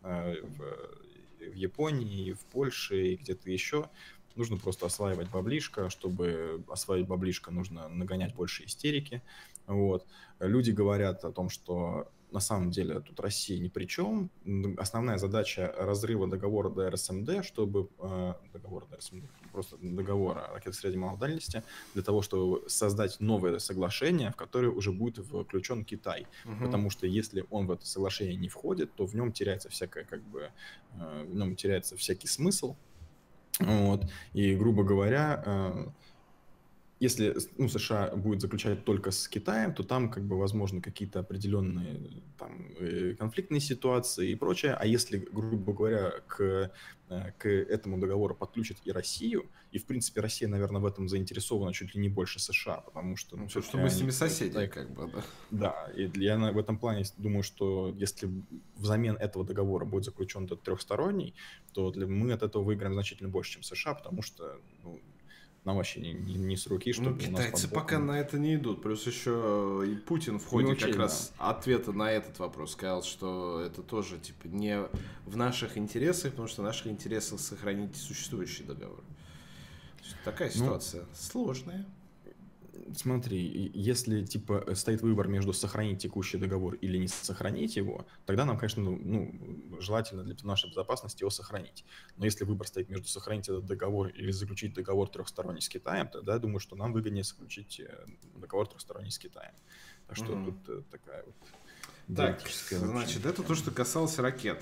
в Японии, в Польше и где-то еще. Нужно просто осваивать баблишко. Чтобы осваивать баблишко, нужно нагонять больше истерики. Вот. Люди говорят о том, что на самом деле тут Россия ни при чем. Основная задача разрыва договора дэ эр эс эм дэ, чтобы э, договора дэ эр эс эм дэ, просто договора о ракетах средней и малой дальности, для того, чтобы создать новое соглашение, в которое уже будет включен Китай. Угу. Потому что если он в это соглашение не входит, то в нем теряется всякое, как бы, э, в нем теряется всякий смысл. Вот. И, грубо говоря, э, если ну, США будет заключать только с Китаем, то там, как бы, возможно, какие-то определенные там, конфликтные ситуации и прочее. А если, грубо говоря, к, к этому договору подключат и Россию, и, в принципе, Россия, наверное, в этом заинтересована чуть ли не больше США, потому что... Ну, что мы с ними соседи, Китай, как бы, да. Да, и я в этом плане думаю, что если взамен этого договора будет заключен этот трехсторонний, то для, мы от этого выиграем значительно больше, чем США, потому что... Ну, нам вообще не, не, не с руки, чтобы ну, китайцы у нас пока на это не идут. Плюс еще и Путин в ходе очень, как да. раз ответа на этот вопрос сказал, что это тоже типа не в наших интересах, потому что в наших интересах сохранить существующий договор. Такая ситуация ну, сложная. Смотри, если типа стоит выбор между сохранить текущий договор или не сохранить его, тогда нам, конечно, ну, ну, желательно для нашей безопасности его сохранить. Но если выбор стоит между сохранить этот договор или заключить договор трехсторонний с Китаем, тогда я думаю, что нам выгоднее заключить договор трехсторонний с Китаем. Так что mm-hmm. тут такая вот Так, значит, это то, что касалось ракет.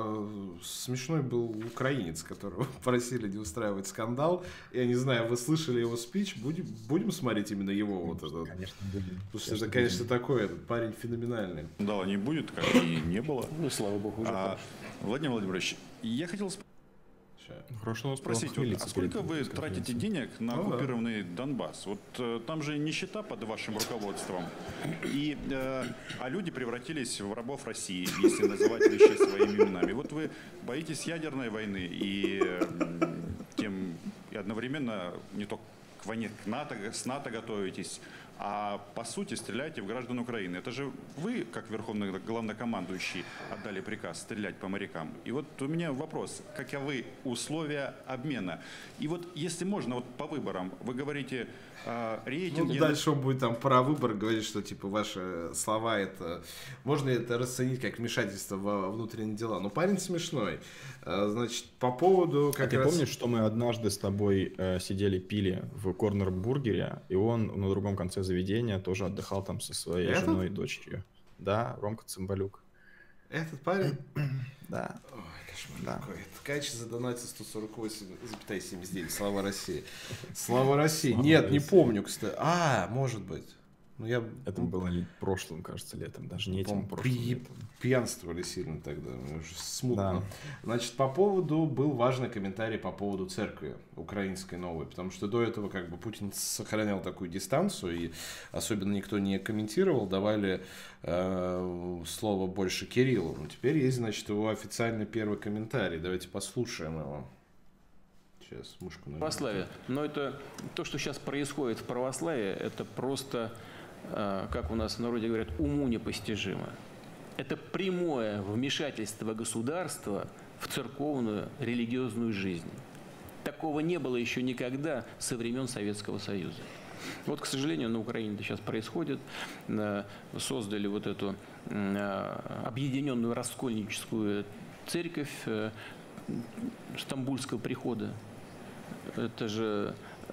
Смешной был украинец, которого просили не устраивать скандал. Я не знаю, вы слышали его спич? Будем, будем смотреть именно его? Вот этот? Конечно, будем. Потому что это, конечно, такой этот парень феноменальный. Да, не будет, как и не было. Ну, слава богу, уже а, Владимир Владимирович, я хотел спросить. Хорошо, спросить, вот, а сколько вы тратите денег на ну, оккупированный да. Донбасс? Вот э, там же нищета под вашим руководством, и, э, а люди превратились в рабов России, если называть вещи своими именами. Вот вы боитесь ядерной войны и, э, тем, и одновременно не только к войне к НАТО, с НАТО готовитесь, а по сути стреляете в граждан Украины. Это же вы, как верховный главнокомандующий, отдали приказ стрелять по морякам. И вот у меня вопрос, каковы условия обмена? И вот если можно, вот по выборам, вы говорите э, рейтинги... Ну, дальше он будет там про выбор говорить, что типа ваши слова это... Можно это расценить как вмешательство во внутренние дела. Но парень смешной. Значит, по поводу... Как а раз... ты помнишь, что мы однажды с тобой э, сидели, пили в корнер-бургере, и он на другом конце заведения тоже отдыхал там со своей Этот? женой и дочерью. Да, Ромка Цымбалюк. Этот парень? Да. Ой, кошмар да. какой. Ткач задонатил сто сорок восемь целых семьдесят девять. Слава России. Слава России. Слава Нет, России. Не помню, кстати. А, может быть. Ну, я... Это было прошлым, кажется, летом, даже не этим, прошлым пи- летом. Пьянствовали сильно тогда, уже смутно. Да. Значит, по поводу, был важный комментарий по поводу церкви украинской новой, потому что до этого как бы Путин сохранял такую дистанцию, и особенно никто не комментировал, давали э, слово больше Кириллу. Но теперь есть, значит, его официальный первый комментарий, давайте послушаем его. Сейчас, мушку наверное. Православие. Но это то, что сейчас происходит в православии, это просто... как у нас в народе говорят, уму непостижимо. Это прямое вмешательство государства в церковную религиозную жизнь. Такого не было еще никогда со времен Советского Союза. Вот, к сожалению, на Украине это сейчас происходит. Создали вот эту объединенную раскольническую церковь Стамбульского прихода. Это же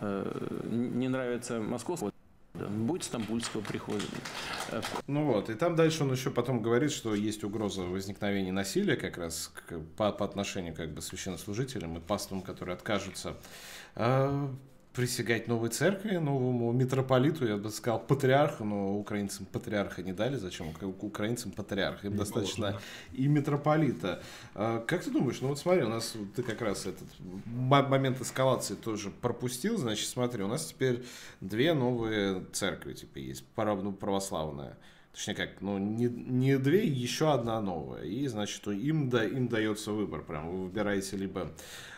не нравится московского. Будет Стамбульского прихода. Ну вот, и там дальше он еще потом говорит, что есть угроза возникновения насилия как раз к, по, по отношению как бы священнослужителям и паствам, которые откажутся э, присягать новой церкви, новому митрополиту, я бы сказал, патриарху, но украинцам патриарха не дали. Зачем? Украинцам патриарх. Им не достаточно положено. И митрополита. А, как ты думаешь, ну вот смотри, у нас ты как раз этот момент эскалации тоже пропустил, значит, смотри, у нас теперь две новые церкви типа есть, православная. Точнее как, ну не, не две, еще одна новая. И, значит, им, да, им дается выбор. Прям вы выбираете либо...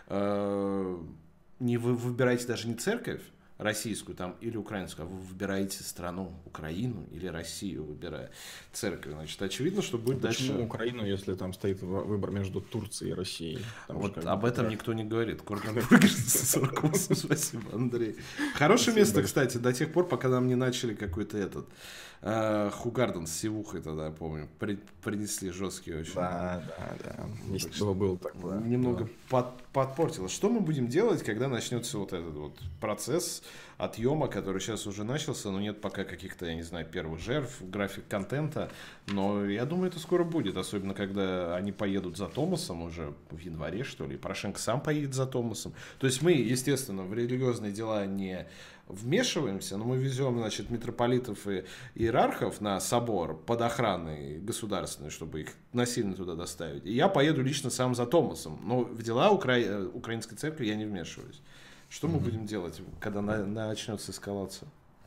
Э, не вы выбираете даже не церковь российскую там или украинскую, а вы выбираете страну Украину или Россию, выбирая церковь. Значит, очевидно, что будет а почему дальше... Украину, если там стоит выбор между Турцией и Россией? Там вот же, об этом никто не говорит. Корнербургер сорок восемь, спасибо, Андрей. Хорошее место, кстати, до тех пор, пока нам не начали какой-то этот Хугарден с сивухой тогда, я помню, принесли жесткий очень. Да, да, да. Есть, было, было так, да. Немного да. под, подпортило. Что мы будем делать, когда начнется вот этот вот процесс отъема, который сейчас уже начался, но нет пока каких-то, я не знаю, первых жертв, график контента, но я думаю, это скоро будет, особенно когда они поедут за Томасом уже в январе, что ли, Порошенко сам поедет за Томасом. То есть мы, естественно, в религиозные дела не вмешиваемся, но мы везем, значит, митрополитов и иерархов на собор под охраной государственной, чтобы их насильно туда доставить. И я поеду лично сам за Томасом, но в дела укра... украинской церкви я не вмешиваюсь. Что mm-hmm. мы будем делать, когда на... начнется эскалация?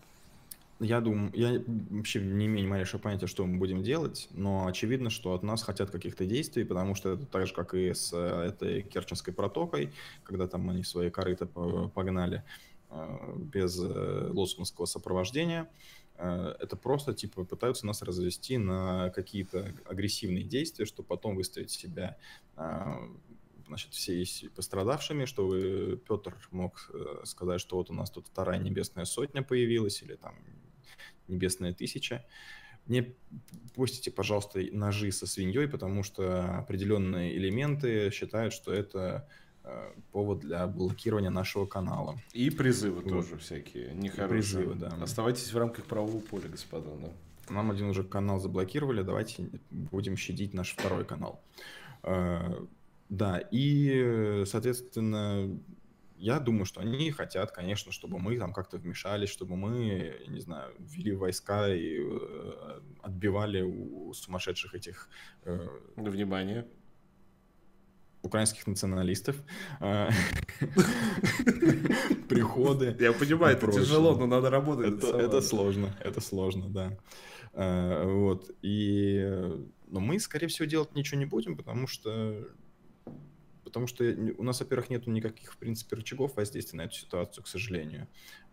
Я думаю, я вообще не имею ни малейшего понятия, что мы будем делать, но очевидно, что от нас хотят каких-то действий, потому что это так же, как и с этой Керченской протокой, когда там они свои корыта погнали без лоцманского сопровождения. Это просто типа пытаются нас развести на какие-то агрессивные действия, чтобы потом выставить себя, значит, все пострадавшими, чтобы Петр мог сказать, что вот у нас тут вторая небесная сотня появилась или там небесная тысяча. Не пустите, пожалуйста, ножи со свиньей, потому что определенные элементы считают, что это повод для блокирования нашего канала. И призывы вот. Тоже всякие нехорошие. Призывы, да. Оставайтесь в рамках правового поля, господа. Да? нам один уже канал заблокировали, давайте будем щадить наш второй канал. Да, и, соответственно, я думаю, что они хотят, конечно, чтобы мы там как-то вмешались, чтобы мы, не знаю, ввели войска и э, отбивали у сумасшедших этих... Э, Внимание. Украинских националистов приходы. Я понимаю, это тяжело, но надо работать. Это сложно, это сложно, да. Вот, и... Но мы, скорее всего, делать ничего не будем, потому что... Потому что у нас, во-первых, нет никаких, в принципе, рычагов воздействия на эту ситуацию, к сожалению.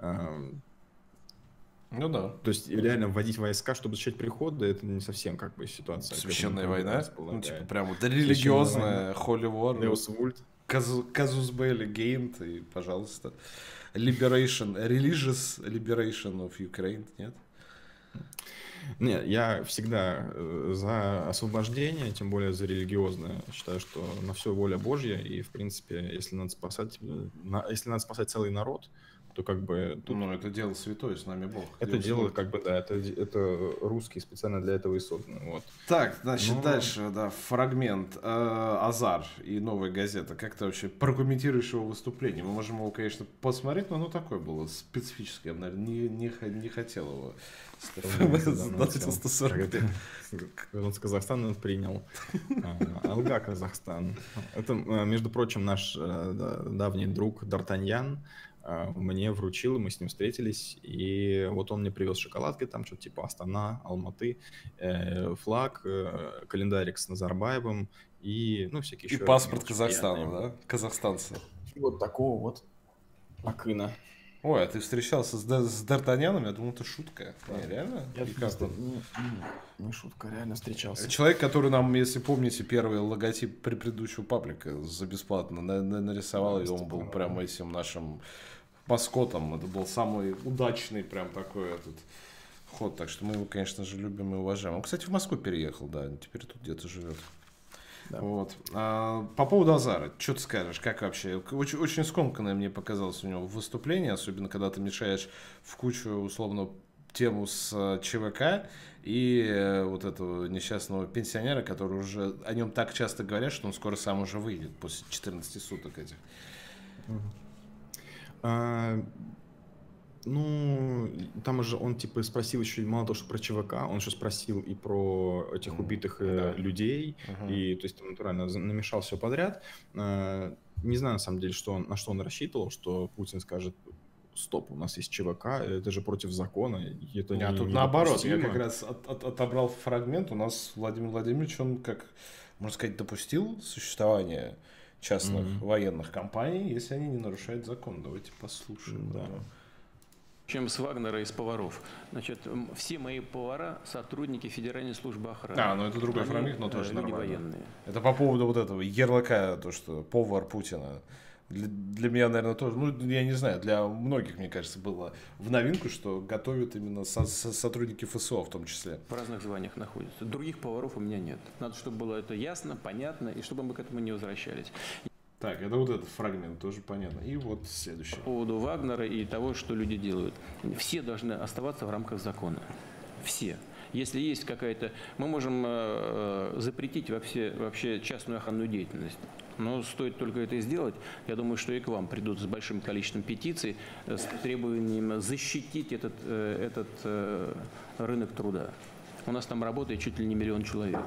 Ну да. То есть реально вводить войска, чтобы защищать приходы, это не совсем как бы ситуация. Священная война? Ну, типа прям вот религиозная, holy war. Deus Vult. Казус Белли, Гейнт, и, пожалуйста. Liberation, religious liberation of Ukraine, нет? Нет, я всегда за освобождение, тем более за религиозное. Считаю, что на все воля Божья, и, в принципе, если надо спасать, если надо спасать целый народ, то как бы... Тут... Ну, это дело святое, с нами Бог. Это дело, дело как бы, да, это, это русские специально для этого и созданы. Вот. Так, значит, Но... дальше, да, фрагмент. Э, Азар и Новая газета. Как ты вообще прокомментируешь его выступление? Мы можем его, конечно, посмотреть, но оно такое было специфическое. Я, наверное, не, не, не хотел его сто сорок пять. Он с Казахстана он принял. Алга Казахстан. Это, между прочим, наш давний друг Д'Артаньян мне вручил, мы с ним встретились, и вот он мне привез шоколадки, там что-то типа Астана, Алматы, э, флаг, э, календарик с Назарбаевым и, ну, всякие и еще... И паспорт Казахстана, да? Казахстанца. И вот такого вот акына. Ой, а ты встречался с, с Д'Артаньяном? Я думал, это шутка. Да. Не, реально? Я не, не, не шутка, реально встречался. Человек, который нам, если помните, первый логотип при предыдущего паблика за бесплатно на, на, нарисовал, и он был прям этим нашим маскотом. Это был самый удачный прям такой этот ход. Так что мы его, конечно же, любим и уважаем. Он, кстати, в Москву переехал, да, теперь тут где-то живет. Да. Вот. А, по поводу Азара, что ты скажешь, как вообще? Очень, очень скомканное мне показалось у него выступление, особенно когда ты мешаешь в кучу, условно, тему с ЧВК и вот этого несчастного пенсионера, который уже о нем так часто говорят, что он скоро сам уже выйдет после четырнадцати суток этих. А... Ну, там же он типа спросил еще мало того, что про ЧВК, он еще спросил и про этих убитых mm-hmm. людей, uh-huh. и то есть он натурально намешал все подряд. Не знаю на самом деле, что он, на что он рассчитывал, что Путин скажет: стоп, у нас есть ЧВК, это же против закона. Это не, не, а тут не наоборот, я как раз от, от, отобрал фрагмент, у нас Владимир Владимирович, он как, можно сказать, допустил существование частных mm-hmm. военных компаний, если они не нарушают закон. Давайте послушаем. Да. Чем с Вагнера из поваров. Значит, все мои повара сотрудники Федеральной службы охраны. А, ну это другой фрагмент, но тоже нормально. Военные. Это по поводу вот этого ярлыка, то, что повар Путина. Для, для меня, наверное, тоже, ну, я не знаю, для многих, мне кажется, было в новинку, что готовят именно со, со, сотрудники ФСО в том числе. В разных званиях находятся. Других поваров у меня нет. Надо, чтобы было это ясно, понятно, и чтобы мы к этому не возвращались. Так, это вот этот фрагмент, тоже понятно. И вот следующий. По поводу Вагнера и того, что люди делают. Все должны оставаться в рамках закона. Все. Если есть какая-то... Мы можем э, запретить вообще, вообще частную охранную деятельность. Но стоит только это сделать, я думаю, что и к вам придут с большим количеством петиций с требованием защитить этот, э, этот э, рынок труда. У нас там работает чуть ли не миллион человек.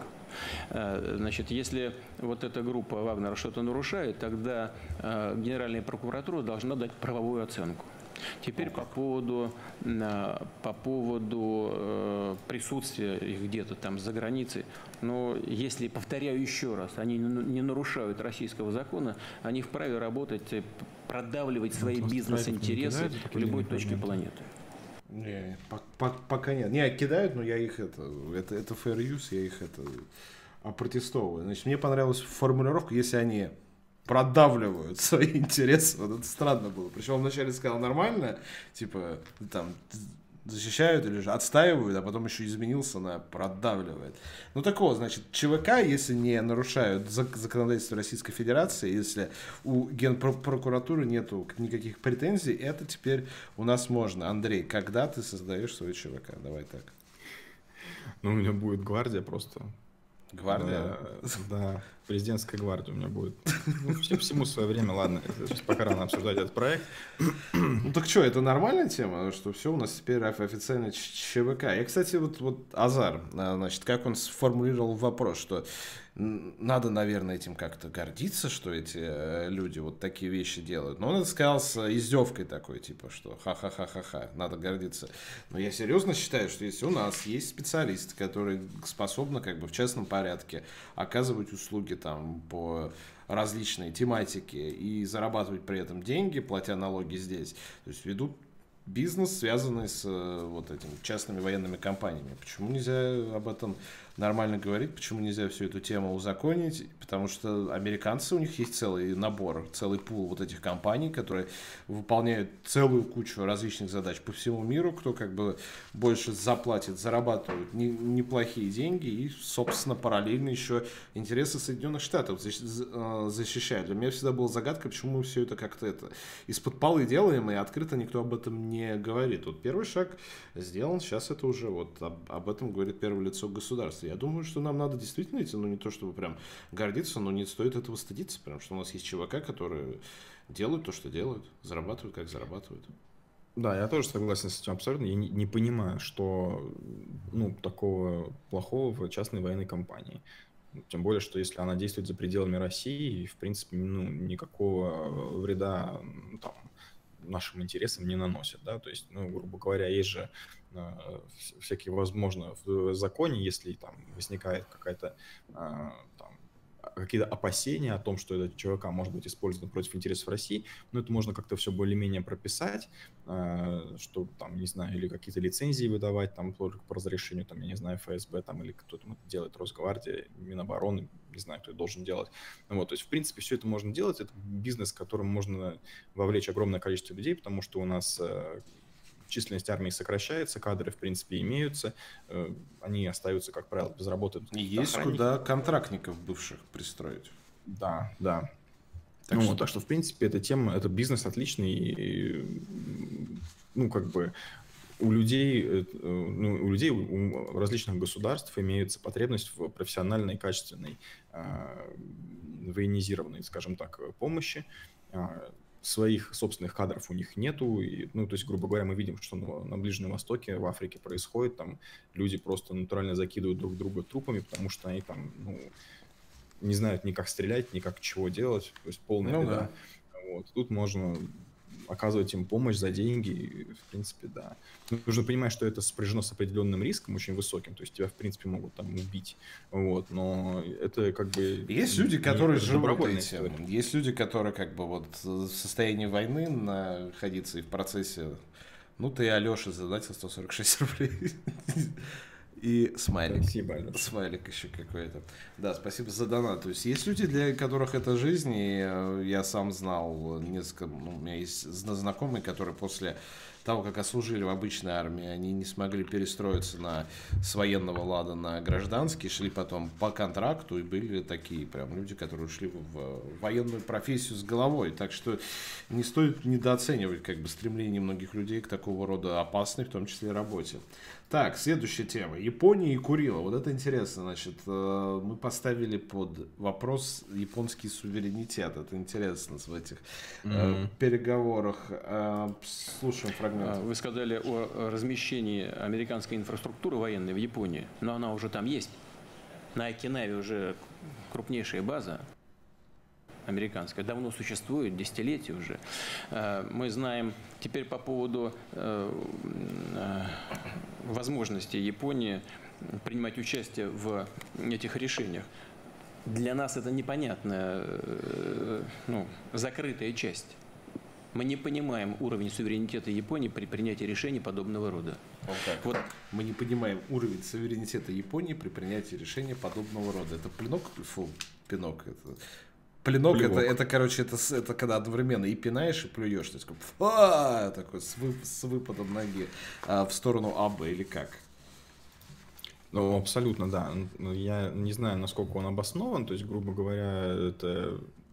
Значит, если вот эта группа Вагнера что-то нарушает, тогда э, Генеральная прокуратура должна дать правовую оценку. Теперь по поводу, э, по поводу э, присутствия их где-то там за границей. Но если, повторяю еще раз, они не нарушают российского закона, они вправе работать, продавливать свои бизнес-интересы в любой точке планеты. Не, пока нет. Не, кидают, но я их это, это, это fair use, я их это опротестовываю. Значит, мне понравилась формулировка, если они продавливают свои интересы, вот это странно было. Причем он вначале сказал нормально, типа, там, защищают или же отстаивают, а потом еще изменился на продавливает. Ну, такого, значит, ЧВК, если не нарушают законодательство Российской Федерации, если у Генпрокуратуры нету никаких претензий, это теперь у нас можно. Андрей, когда ты создаешь свою ЧВК? Давай так. Ну, у меня будет гвардия просто. Гвардия? Да, да, президентская гвардия у меня будет. Ну, всем, всему свое время, ладно, это сейчас пока рано обсуждать этот проект. Ну так что, это нормальная тема, что все у нас теперь официально ЧВК. Я, кстати, вот, вот Азар, значит, как он сформулировал вопрос, что надо, наверное, этим как-то гордиться, что эти люди вот такие вещи делают. Но он это сказал с издевкой такой, типа, что ха-ха-ха-ха-ха, надо гордиться. Но я серьезно считаю, что если у нас есть специалисты, которые способны как бы в частном порядке оказывать услуги там по различной тематике и зарабатывать при этом деньги, платя налоги здесь, то есть ведут бизнес, связанный с вот этими частными военными компаниями. Почему нельзя об этом нормально говорить, почему нельзя всю эту тему узаконить? Потому что американцы, у них есть целый набор, целый пул вот этих компаний, которые выполняют целую кучу различных задач по всему миру, кто как бы больше заплатит, зарабатывают не, неплохие деньги и, собственно, параллельно еще интересы Соединенных Штатов защищают. Для меня всегда была загадка, почему мы все это как-то это из-под полы делаем, и открыто никто об этом не говорит. Вот первый шаг сделан, сейчас это уже вот об, об этом говорит первое лицо государства. Я думаю, что нам надо действительно идти, ну не то чтобы прям гордиться, но не стоит этого стыдиться, потому что у нас есть ЧВК, которые делают то, что делают, зарабатывают, как зарабатывают. Да, я тоже согласен с этим абсолютно. Я не, не понимаю, что ну, такого плохого в частной военной компании. Тем более, что если она действует за пределами России, в принципе, ну, никакого вреда там, нашим интересам не наносит. Да? То есть, ну, грубо говоря, есть же э, всякие, возможно, в законе, если там возникает какая-то э, там, какие-то опасения о том, что этот ЧВК может быть использован против интересов России, но это можно как-то все более-менее прописать, что там, не знаю, или какие-то лицензии выдавать там только по разрешению, там, я не знаю, ФСБ там, или кто-то делает, Росгвардия, Минобороны, не знаю, кто это должен делать. Вот, то есть, в принципе, все это можно делать, это бизнес, которым можно вовлечь огромное количество людей, потому что у нас численность армии сокращается, кадры, в принципе, имеются, они остаются, как правило, без работы. И есть куда контрактников бывших пристроить. Да, да. Так, ну, что... так что, в принципе, эта тема, это бизнес отличный, и, ну, как бы, у людей, ну, у людей, у различных государств имеется потребность в профессиональной, качественной, военизированной, скажем так, помощи. Своих собственных кадров у них нету, и, ну, то есть, грубо говоря, мы видим, что на, на Ближнем Востоке, в Африке происходит, там люди просто натурально закидывают друг друга трупами, потому что они там, ну, не знают ни как стрелять, ни как чего делать, то есть полная ну, беда. Да. Вот. Тут можно оказывать им помощь за деньги, и, в принципе, да. Нужно понимать, что это сопряжено с определенным риском, очень высоким, то есть тебя, в принципе, могут там убить, вот, но это как бы... Есть люди, которые живут этим, есть люди, которые как бы вот в состоянии войны находиться и в процессе, ну, ты, Алеша, задонатил сто сорок шесть рублей. И смайлик. Спасибо, Алеша. Смайлик еще какой-то. Да, спасибо за донат. То есть есть люди, для которых это жизнь, и я сам знал несколько, ну, у меня есть знакомые, которые после того, как отслужили в обычной армии, они не смогли перестроиться на, с военного лада на гражданский, шли потом по контракту, и были такие прям люди, которые ушли в военную профессию с головой. Так что не стоит недооценивать как бы стремление многих людей к такого рода опасной, в том числе, работе. Так, следующая тема. Япония и Курила. Вот это интересно. Значит, мы поставили под вопрос японский суверенитет. Это интересно в этих mm-hmm. переговорах. Слушаем фрагмент. Вы сказали о размещении американской инфраструктуры военной в Японии, но она уже там есть. На Окинаве уже крупнейшая база американская, давно существует, десятилетия уже. Мы знаем теперь по поводу возможности Японии принимать участие в этих решениях. Для нас это непонятная, ну, закрытая часть. Мы не понимаем уровень суверенитета Японии при принятии решений подобного рода. Вот, вот. Мы не понимаем уровень суверенитета Японии при принятии решения подобного рода. Это пинок, фу, пинок, это... Пленок это, это, короче, это, это когда одновременно и пинаешь, и плюешь. То есть, фа, такой с, вы, с выпадом ноги а, в сторону Абы или как? Ну, абсолютно, да. Я не знаю, насколько он обоснован. То есть, грубо говоря, это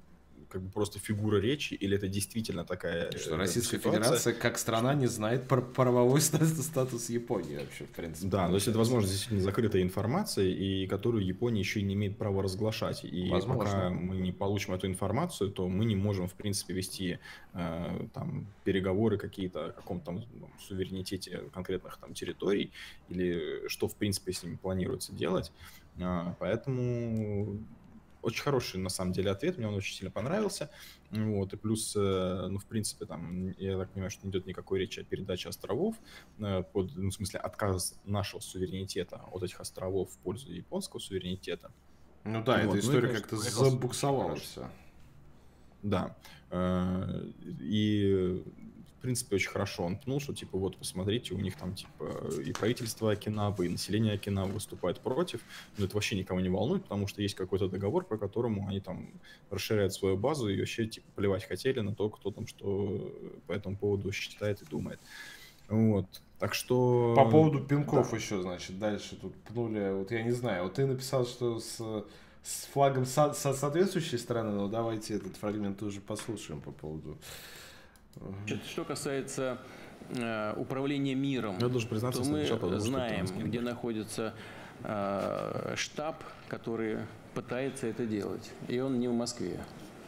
как бы просто фигура речи, или это действительно такая Что э, Российская ситуация? Федерация как страна не знает про правовой статус, статус Японии вообще, в принципе. Да, то есть это, возможно, действительно закрытая информация, и которую Япония еще и не имеет права разглашать. И Возможно. пока мы не получим эту информацию, то мы не можем, в принципе, вести э, там переговоры какие-то о каком-то там ну, суверенитете конкретных там территорий, или что, в принципе, с ними планируется делать. А, поэтому очень хороший, на самом деле, ответ, мне он очень сильно понравился. Вот, и плюс, э, ну, в принципе, там, я так понимаю, что не идет никакой речи о передаче островов, э, под, ну, в смысле, отказ нашего суверенитета от этих островов в пользу японского суверенитета. Ну да, Вот, эта ну и, история конечно, как-то поехал забуксовала очень все. Да. Э, И, в принципе, очень хорошо он пнул, что, типа, вот, посмотрите, у них там, типа, и правительство Окинавы, и население Окинавы выступает против, но это вообще никого не волнует, потому что есть какой-то договор, по которому они там расширяют свою базу, и вообще, типа, плевать хотели на то, кто там что по этому поводу считает и думает. Вот. Так что... По поводу пинков да. еще, значит, дальше тут пнули, вот я не знаю, вот ты написал, что с, с флагом со, со соответствующей стороны, но давайте этот фрагмент тоже послушаем по поводу... Значит, что касается э, управления миром, Я должен признаться, то мы сначала подумал, что это знаем, транскрипт. где находится э, штаб, который пытается это делать. И он не в Москве.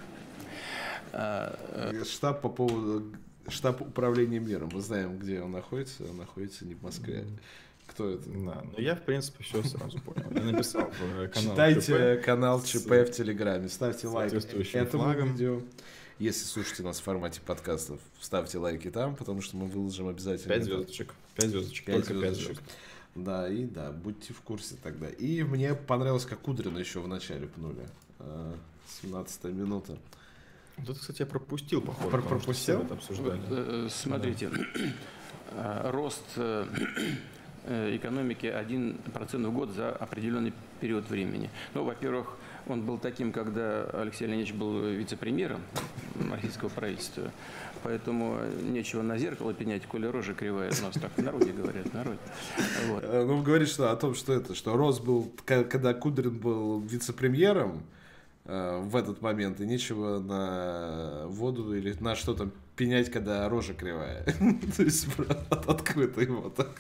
Э, Штаб по поводу... Штаб управления миром. Мы знаем, где он находится. Он находится не в Москве. Кто это? Да, но я, в принципе, все сразу понял. Я написал в канал Читайте ЧП канал с ЧП в Телеграме. Ставьте лайк соответствующим этому флагом. видео. Если слушаете нас в формате подкастов, ставьте лайки там, потому что мы выложим обязательно. Пять звездочек. Пять звездочек. Пять Только пять звездочек. звезд. Да, и да, будьте в курсе тогда. И мне понравилось, как Кудрина еще в начале пнули. А, семнадцатая минута. Вот это, кстати, я пропустил, походу. Про- потому что все пропустил? это обсуждали. вот, э, смотрите, э, рост э, э, экономики один процент в год за определенный период времени. Ну, во-первых, он был таким, когда Алексей Леонидович был вице-премьером российского правительства. Поэтому нечего на зеркало пенять, коли рожа кривая. У нас так в народе говорят, в народе. Вот. Э, Ну, говоришь, что о том, что это, что Рос был, к- когда Кудрин был вице-премьером э, в этот момент, и нечего на воду или на что там пенять, когда рожа кривая. То есть от- открыто его так.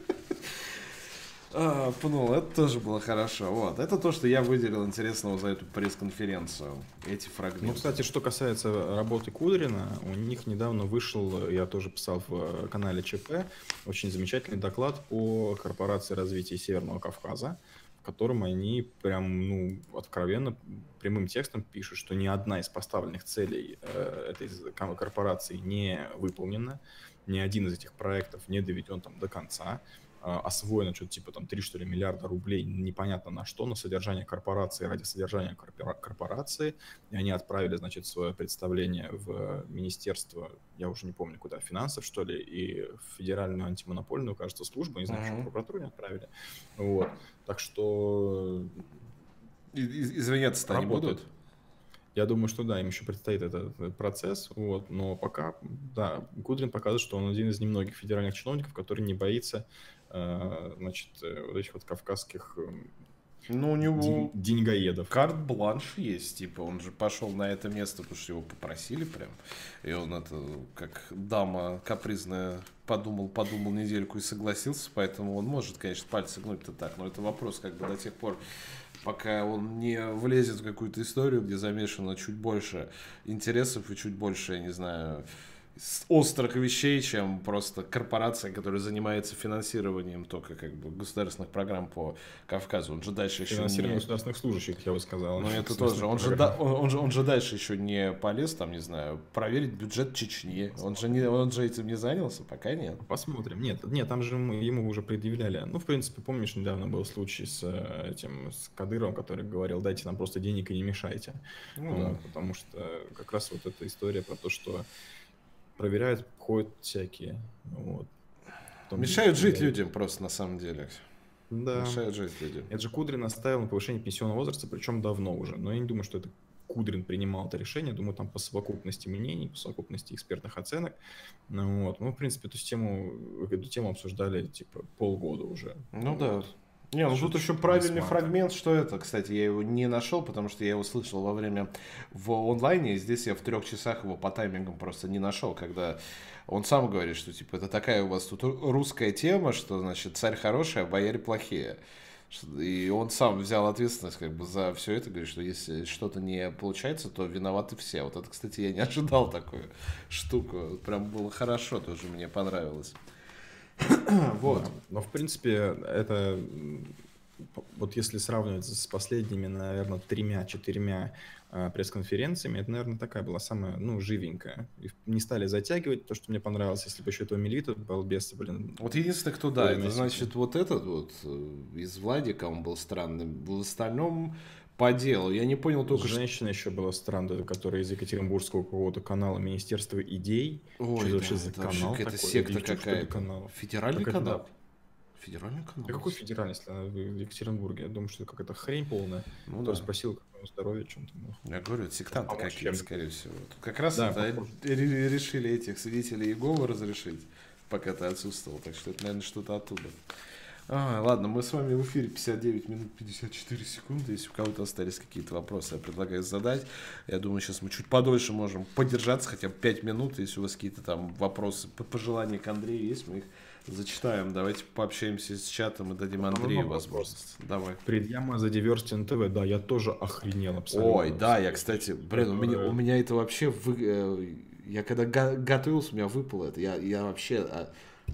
А, пнул, это тоже было хорошо. Вот, это то, что я выделил интересного за эту пресс-конференцию. Эти фрагменты. Ну, кстати, что касается работы Кудрина, у них недавно вышел, я тоже писал в канале ЧП, очень замечательный доклад по корпорации развития Северного Кавказа, в котором они прям, ну, откровенно, прямым текстом пишут, что ни одна из поставленных целей э, этой корпорации не выполнена, ни один из этих проектов не доведен там до конца. Освоено что-то типа там три что ли миллиарда рублей, непонятно на что, на содержание корпорации ради содержания корпорации. И они отправили, значит, свое представление в министерство, я уже не помню куда, финансов что ли, и в федеральную антимонопольную, кажется, службу, не знаю, Uh-huh. что в прокуратуру не отправили. Вот. Так что... И- и- Извиняться-то они Работает. будут? Я думаю, что да, им еще предстоит этот, этот процесс, вот, но пока, да, Кудрин показывает, что он один из немногих федеральных чиновников, который не боится, э, значит, э, вот этих вот кавказских э, Ну, у него день- деньгоедов. карт-бланш есть, типа, он же пошел на это место, потому что его попросили прям, и он это, как дама капризная, подумал, подумал недельку и согласился, поэтому он может, конечно, пальцы гнуть-то так, но это вопрос, как бы, до тех пор, пока он не влезет в какую-то историю, где замешано чуть больше интересов и чуть больше, я не знаю, с- острых вещей, чем просто корпорация, которая занимается финансированием только как бы государственных программ по Кавказу. Он же дальше еще Финансирование не... государственных служащих, я бы сказал. Ну, это В смысле, тоже. Он же, программа. да- он, он же, он же дальше еще не полез, там, не знаю, проверить бюджет Чечни. Он же, не, он же этим не занялся, пока нет. Посмотрим. Нет, нет, там же мы, ему уже предъявляли. Ну, в принципе, помнишь, недавно был случай с э, этим, с Кадыровым, который говорил, дайте нам просто денег и не мешайте. Ну, Вот, да. потому что как раз вот эта история про то, что проверяют, ходят всякие. Вот. Потом- Мешают жить людям просто, на самом деле. Да. Мешают жить людям. Это же Кудрин оставил на повышение пенсионного возраста, причем давно уже. Но я не думаю, что это Кудрин принимал это решение. Думаю, там по совокупности мнений, по совокупности экспертных оценок. Ну, вот. Мы, в принципе, эту тему, эту тему обсуждали типа полгода уже. Ну да. Не, ну Что- тут еще что правильный бессмарт. фрагмент, что это, кстати, я его не нашел, потому что я его слышал во время в онлайне, и здесь я в трех часах его по таймингам просто не нашел, когда он сам говорит, что типа это такая у вас тут русская тема, что значит царь хороший, а бояре плохие. Что- И он сам взял ответственность как бы за все это, говорит, что если что-то не получается, то виноваты все. Вот это, кстати, я не ожидал такую штуку. Прям было хорошо, тоже мне понравилось. Вот. Да. Но, в принципе, это, м, п- вот если сравнивать с последними, наверное, тремя-четырьмя а, пресс-конференциями, это, наверное, такая была самая, ну, живенькая. И в- не стали затягивать, то, что мне понравилось, если бы еще этого Мелита, балбеса, блин. Вот единственное, кто, да, Ой, это Месси. значит вот этот вот э, из Владика, он был странный. В остальном по делу. Я не понял только, что... Женщина еще была странная, которая из Екатеринбургского какого-то канала Министерства идей. Ой, Что это да, вообще за это вообще канал какая-то такой? секта Это YouTube, что ли, какая-то. канал? Федеральный Какая-то, канал? да. Федеральный канал? Да какой федеральный, если она в Екатеринбурге? Я думаю, что это какая-то хрень полная. Ну Кто да. спросил, как у него здоровье, чем там. Я говорю, это сектанты Помочь какие-то, чем-то. скорее всего. Тут как раз Да, это похоже. ре- решили этих свидетелей Иеговы разрешить, пока ты отсутствовал. Так что это, наверное, что-то оттуда. А, ладно, мы с вами в эфире пятьдесят девять минут пятьдесят четыре секунды. Если у кого-то остались какие-то вопросы, я предлагаю задать. Я думаю, сейчас мы чуть подольше можем подержаться, хотя бы пять минут. Если у вас какие-то там вопросы, п- пожелания к Андрею есть, мы их зачитаем. Давайте пообщаемся с чатом и дадим Андрею много возможность. Давай. Предъяма за Diversity эн тэ вэ, да, я тоже охренел абсолютно. Ой, да, я, кстати, блин, у меня, у меня это вообще, вы, э, я когда го- готовился, у меня выпало это, я, я вообще, а,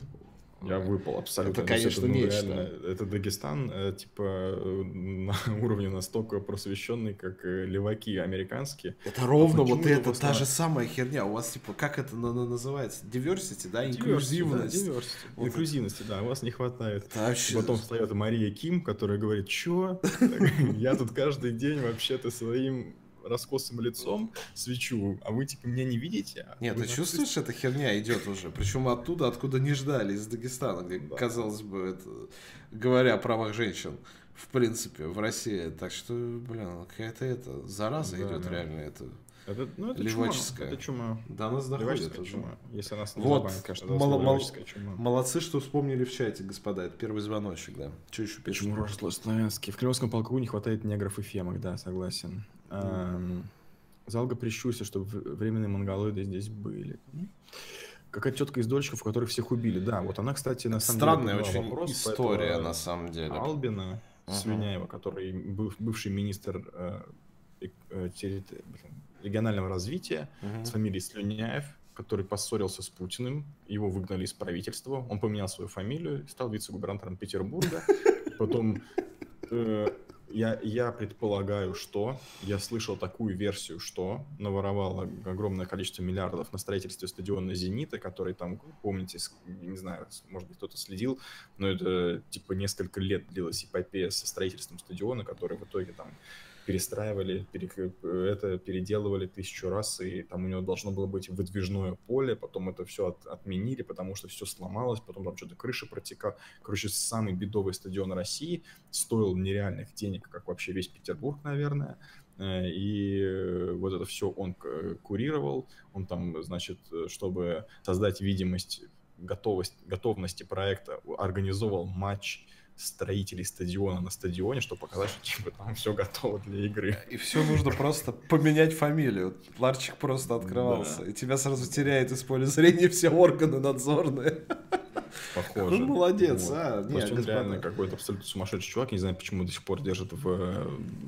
Я выпал абсолютно. Это, То есть конечно, ну, нечто. реально, это Дагестан, э, типа, э, на уровне настолько просвещенный, как э, леваки американские. это ровно А вот почему-то это, вас та на- же самая херня, у вас, типа, как это на- на- называется, diversity, да, инклюзивность. Diversity, да, diversity. Вот Инклюзивности, да, у вас не хватает. Это вообще- Потом встает Мария Ким, которая говорит, чё? Я тут каждый день вообще-то своим раскосым лицом свечу, а вы типа меня не видите? А Нет, вы ты нацисты». чувствуешь, эта херня идет уже, причем оттуда, откуда не ждали, из Дагестана, где, Да. казалось бы, это, говоря о правах женщин, в принципе, в России, так что, блин, какая-то это, зараза Да, идет да. реально, это, Это, ну, это Леваческая. чума. Это чума. до нас доходит Леваческая уже. чума. Если нас не Вот, забанят, конечно, мало- слово мало- леваческая чума. Молодцы, что вспомнили в чате, господа. Это первый звоночек, да. Что еще пишут? Почему росло славянский? В Кремлевском полку не хватает негров и фемок, да, согласен. Ам, Залга прищурься, чтобы в- временные монголоиды здесь были. Какая тетка из дольщиков, которых всех убили. Да, вот она, кстати, на самом Странная деле... подняла очень вопрос по история, этого на самом деле. Албина Ага. Слюняева, который быв- бывший министр э, э, э, террит- блин, регионального развития Мгм. с фамилией Слюняев, который поссорился с Путиным, его выгнали из правительства, он поменял свою фамилию, стал вице-губернатором Петербурга, потом э, я, я предполагаю, что я слышал такую версию, что наворовал огромное количество миллиардов на строительстве стадиона «Зенита», который там, помните, с- не знаю, с- может быть, кто-то следил, но это типа несколько лет длилась эпопея со строительством стадиона, который в итоге там перестраивали, пере- это переделывали тысячу раз, и там у него должно было быть выдвижное поле, потом это все от- отменили, потому что все сломалось, потом там что-то крыша протекала. Короче, самый бедовый стадион России, стоил нереальных денег, как вообще весь Петербург, наверное. Э, И э, вот это все он к- курировал, он там, значит, э, чтобы создать видимость готовость, готовности проекта, организовал матч строителей стадиона на стадионе, чтобы показать, что типа там все готово для игры. И все нужно просто поменять фамилию. Ларчик просто открывался. Да. И тебя сразу теряет из поля зрения все органы надзорные. Похоже. Ну, молодец, Вот. а. То Не, есть он господа. реально какой-то абсолютно сумасшедший чувак. Не знаю, почему до сих пор держит в, э,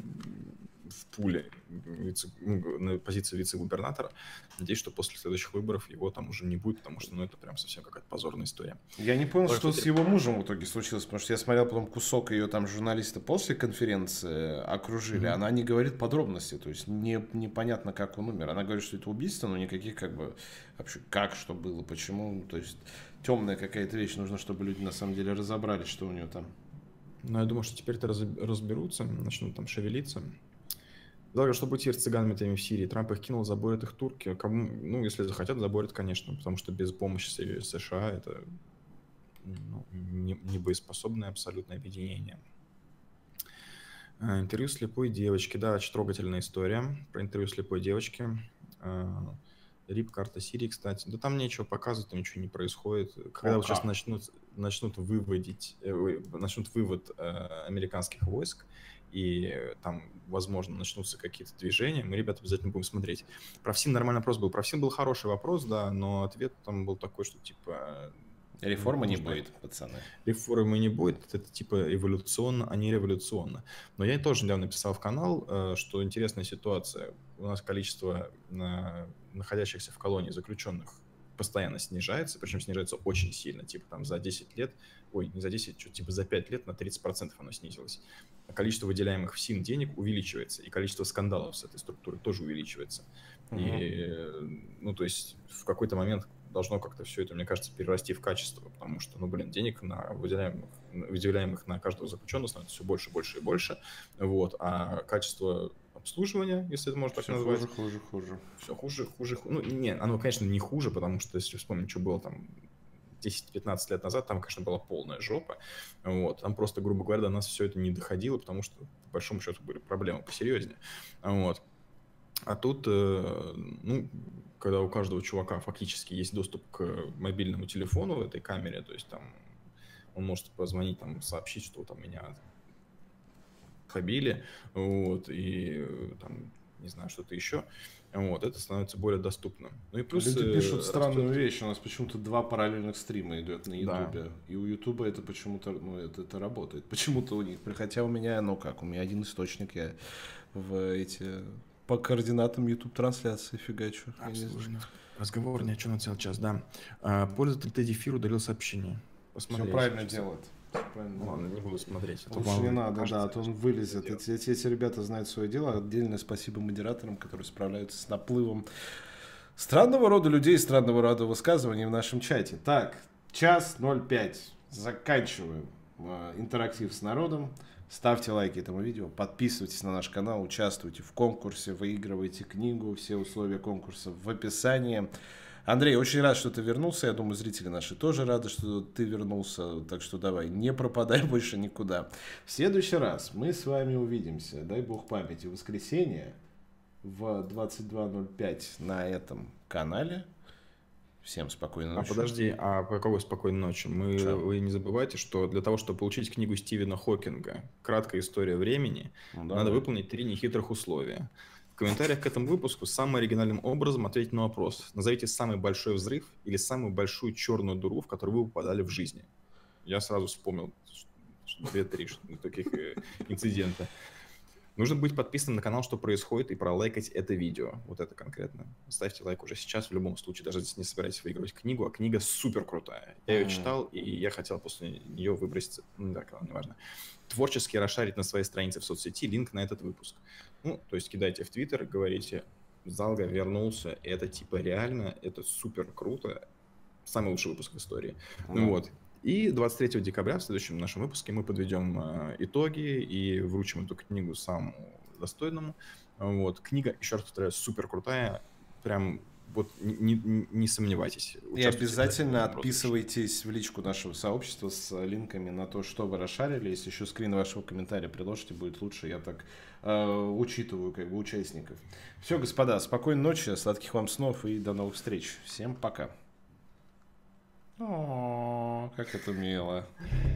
в пуле вице- ну, на позиции вице-губернатора. Надеюсь, что после следующих выборов его там уже не будет, потому что ну, это прям совсем какая-то позорная история. Я не понял, Ой, что с кстати- его мужем в итоге случилось, потому что я смотрел потом кусок ее там журналисты после конференции окружили, Мгм. она не говорит подробности, то есть не, непонятно, как он умер. Она говорит, что это убийство, но никаких как бы вообще как, что было, почему, то есть темная какая-то вещь, нужно, чтобы люди на самом деле разобрались, что у нее там. Но я думаю, что теперь-то раз- разберутся, начнут там шевелиться. Жалко, что будет теперь с цыганами теми в Сирии. Трамп их кинул, заборят их турки. Кому, ну, если захотят, заборят, конечно, потому что без помощи С- США это ну, не, не боеспособное абсолютное объединение. А, Интервью слепой девочки. Да, очень трогательная история про интервью слепой девочки. А, рип-карта Сирии, кстати. Да там нечего показывать, там ничего не происходит. Когда вот сейчас начнут, начнут выводить, э, начнут вывод э, американских войск, и там, возможно, начнутся какие-то движения, мы, ребята, обязательно будем смотреть. Про ФСИН нормальный вопрос был. Про ФСИН был хороший вопрос, да, но ответ там был такой, что типа... Реформа не будет, пацаны. Реформы не будет, это типа эволюционно, а не революционно. Но я тоже недавно написал в канал, что интересная ситуация. У нас количество находящихся в колонии заключенных постоянно снижается, причем снижается очень сильно, типа там за десять лет, ой, не за десять, что типа за пять лет на тридцать процентов оно снизилось. А количество выделяемых в СИН денег увеличивается, и количество скандалов с этой структурой тоже увеличивается. Угу. И, ну, то есть в какой-то момент должно как-то все это, мне кажется, перерасти в качество, потому что, ну, блин, денег на выделяемых, выделяемых на каждого заключенного становится все больше, больше и больше, вот, а качество обслуживания, если это можно так все назвать. Хуже, хуже, хуже. Все хуже, хуже, хуже. Ну, не, оно, конечно, не хуже, потому что, если вспомнить, что было там десять-пятнадцать лет назад, там, конечно, была полная жопа, вот, там просто, грубо говоря, до нас все это не доходило, потому что, по большому счету, были проблемы посерьезнее, вот. А тут, э, ну, когда у каждого чувака фактически есть доступ к мобильному телефону в этой камере, то есть там он может позвонить, там, сообщить, что там меня побили, вот, и там, не знаю, что-то еще, вот, это становится более доступным. Ну и плюс... Люди пишут странную растет... вещь, у нас почему-то два параллельных стрима идет на Ютубе, да. И у Ютуба это почему-то, ну, это, это работает, почему-то у них, хотя у меня, ну как, у меня один источник, я в эти... По координатам YouTube-трансляции фигачу. Разговор ни о чем на целый час, да. А, пользователь Тедди Фир удалил сообщение. Посмотри, все правильно делает. Правильно. Ладно, не буду смотреть. Лучше не надо, кажется, да, а то он вылезет. Эти, эти, эти ребята знают свое дело. Отдельное спасибо модераторам, которые справляются с наплывом странного рода людей, странного рода высказываний в нашем чате. Так, час ноль пять. Заканчиваем э, интерактив с народом. Ставьте лайки этому видео, подписывайтесь на наш канал, участвуйте в конкурсе, выигрывайте книгу. Все условия конкурса в описании. Андрей, очень рад, что ты вернулся. Я думаю, зрители наши тоже рады, что ты вернулся. Так что давай, не пропадай больше никуда. В следующий раз мы с вами увидимся, дай бог памяти, в воскресенье в двадцать два ноль пять на этом канале. Всем спокойной ночи. А подожди, а по какой спокойной ночи? Мы, вы не забывайте, что для того, чтобы получить книгу Стивена Хокинга «Краткая история времени», ну, да, надо да. выполнить три нехитрых условия. В комментариях к этому выпуску самым оригинальным образом ответить на вопрос. Назовите самый большой взрыв или самую большую черную дыру, в которую вы попадали в жизни. Я сразу вспомнил две-три таких инцидента. Нужно быть подписанным на канал, что происходит, и пролайкать это видео. Вот это конкретно. Ставьте лайк уже сейчас, в любом случае, даже если не собираетесь выигрывать книгу, а книга супер крутая. Я ее читал, и я хотел после нее выбросить, ну да, неважно, творчески расшарить на своей странице в соцсети линк на этот выпуск. Ну, то есть кидайте в Твиттер, говорите, Залга вернулся, это типа реально, это супер круто, самый лучший выпуск в истории. Mm-hmm. Ну вот. И двадцать третьего декабря в следующем нашем выпуске мы подведем э, итоги и вручим эту книгу самому достойному. Вот. Книга, еще раз повторяю, супер крутая. Прям вот не, не, не сомневайтесь. И обязательно отписывайтесь в личку нашего сообщества с линками на то, что вы расшарили. Если еще скрин вашего комментария приложите, будет лучше. Я так э, учитываю как бы участников. Все, господа, спокойной ночи, сладких вам снов и до новых встреч. Всем пока. О, как это мило.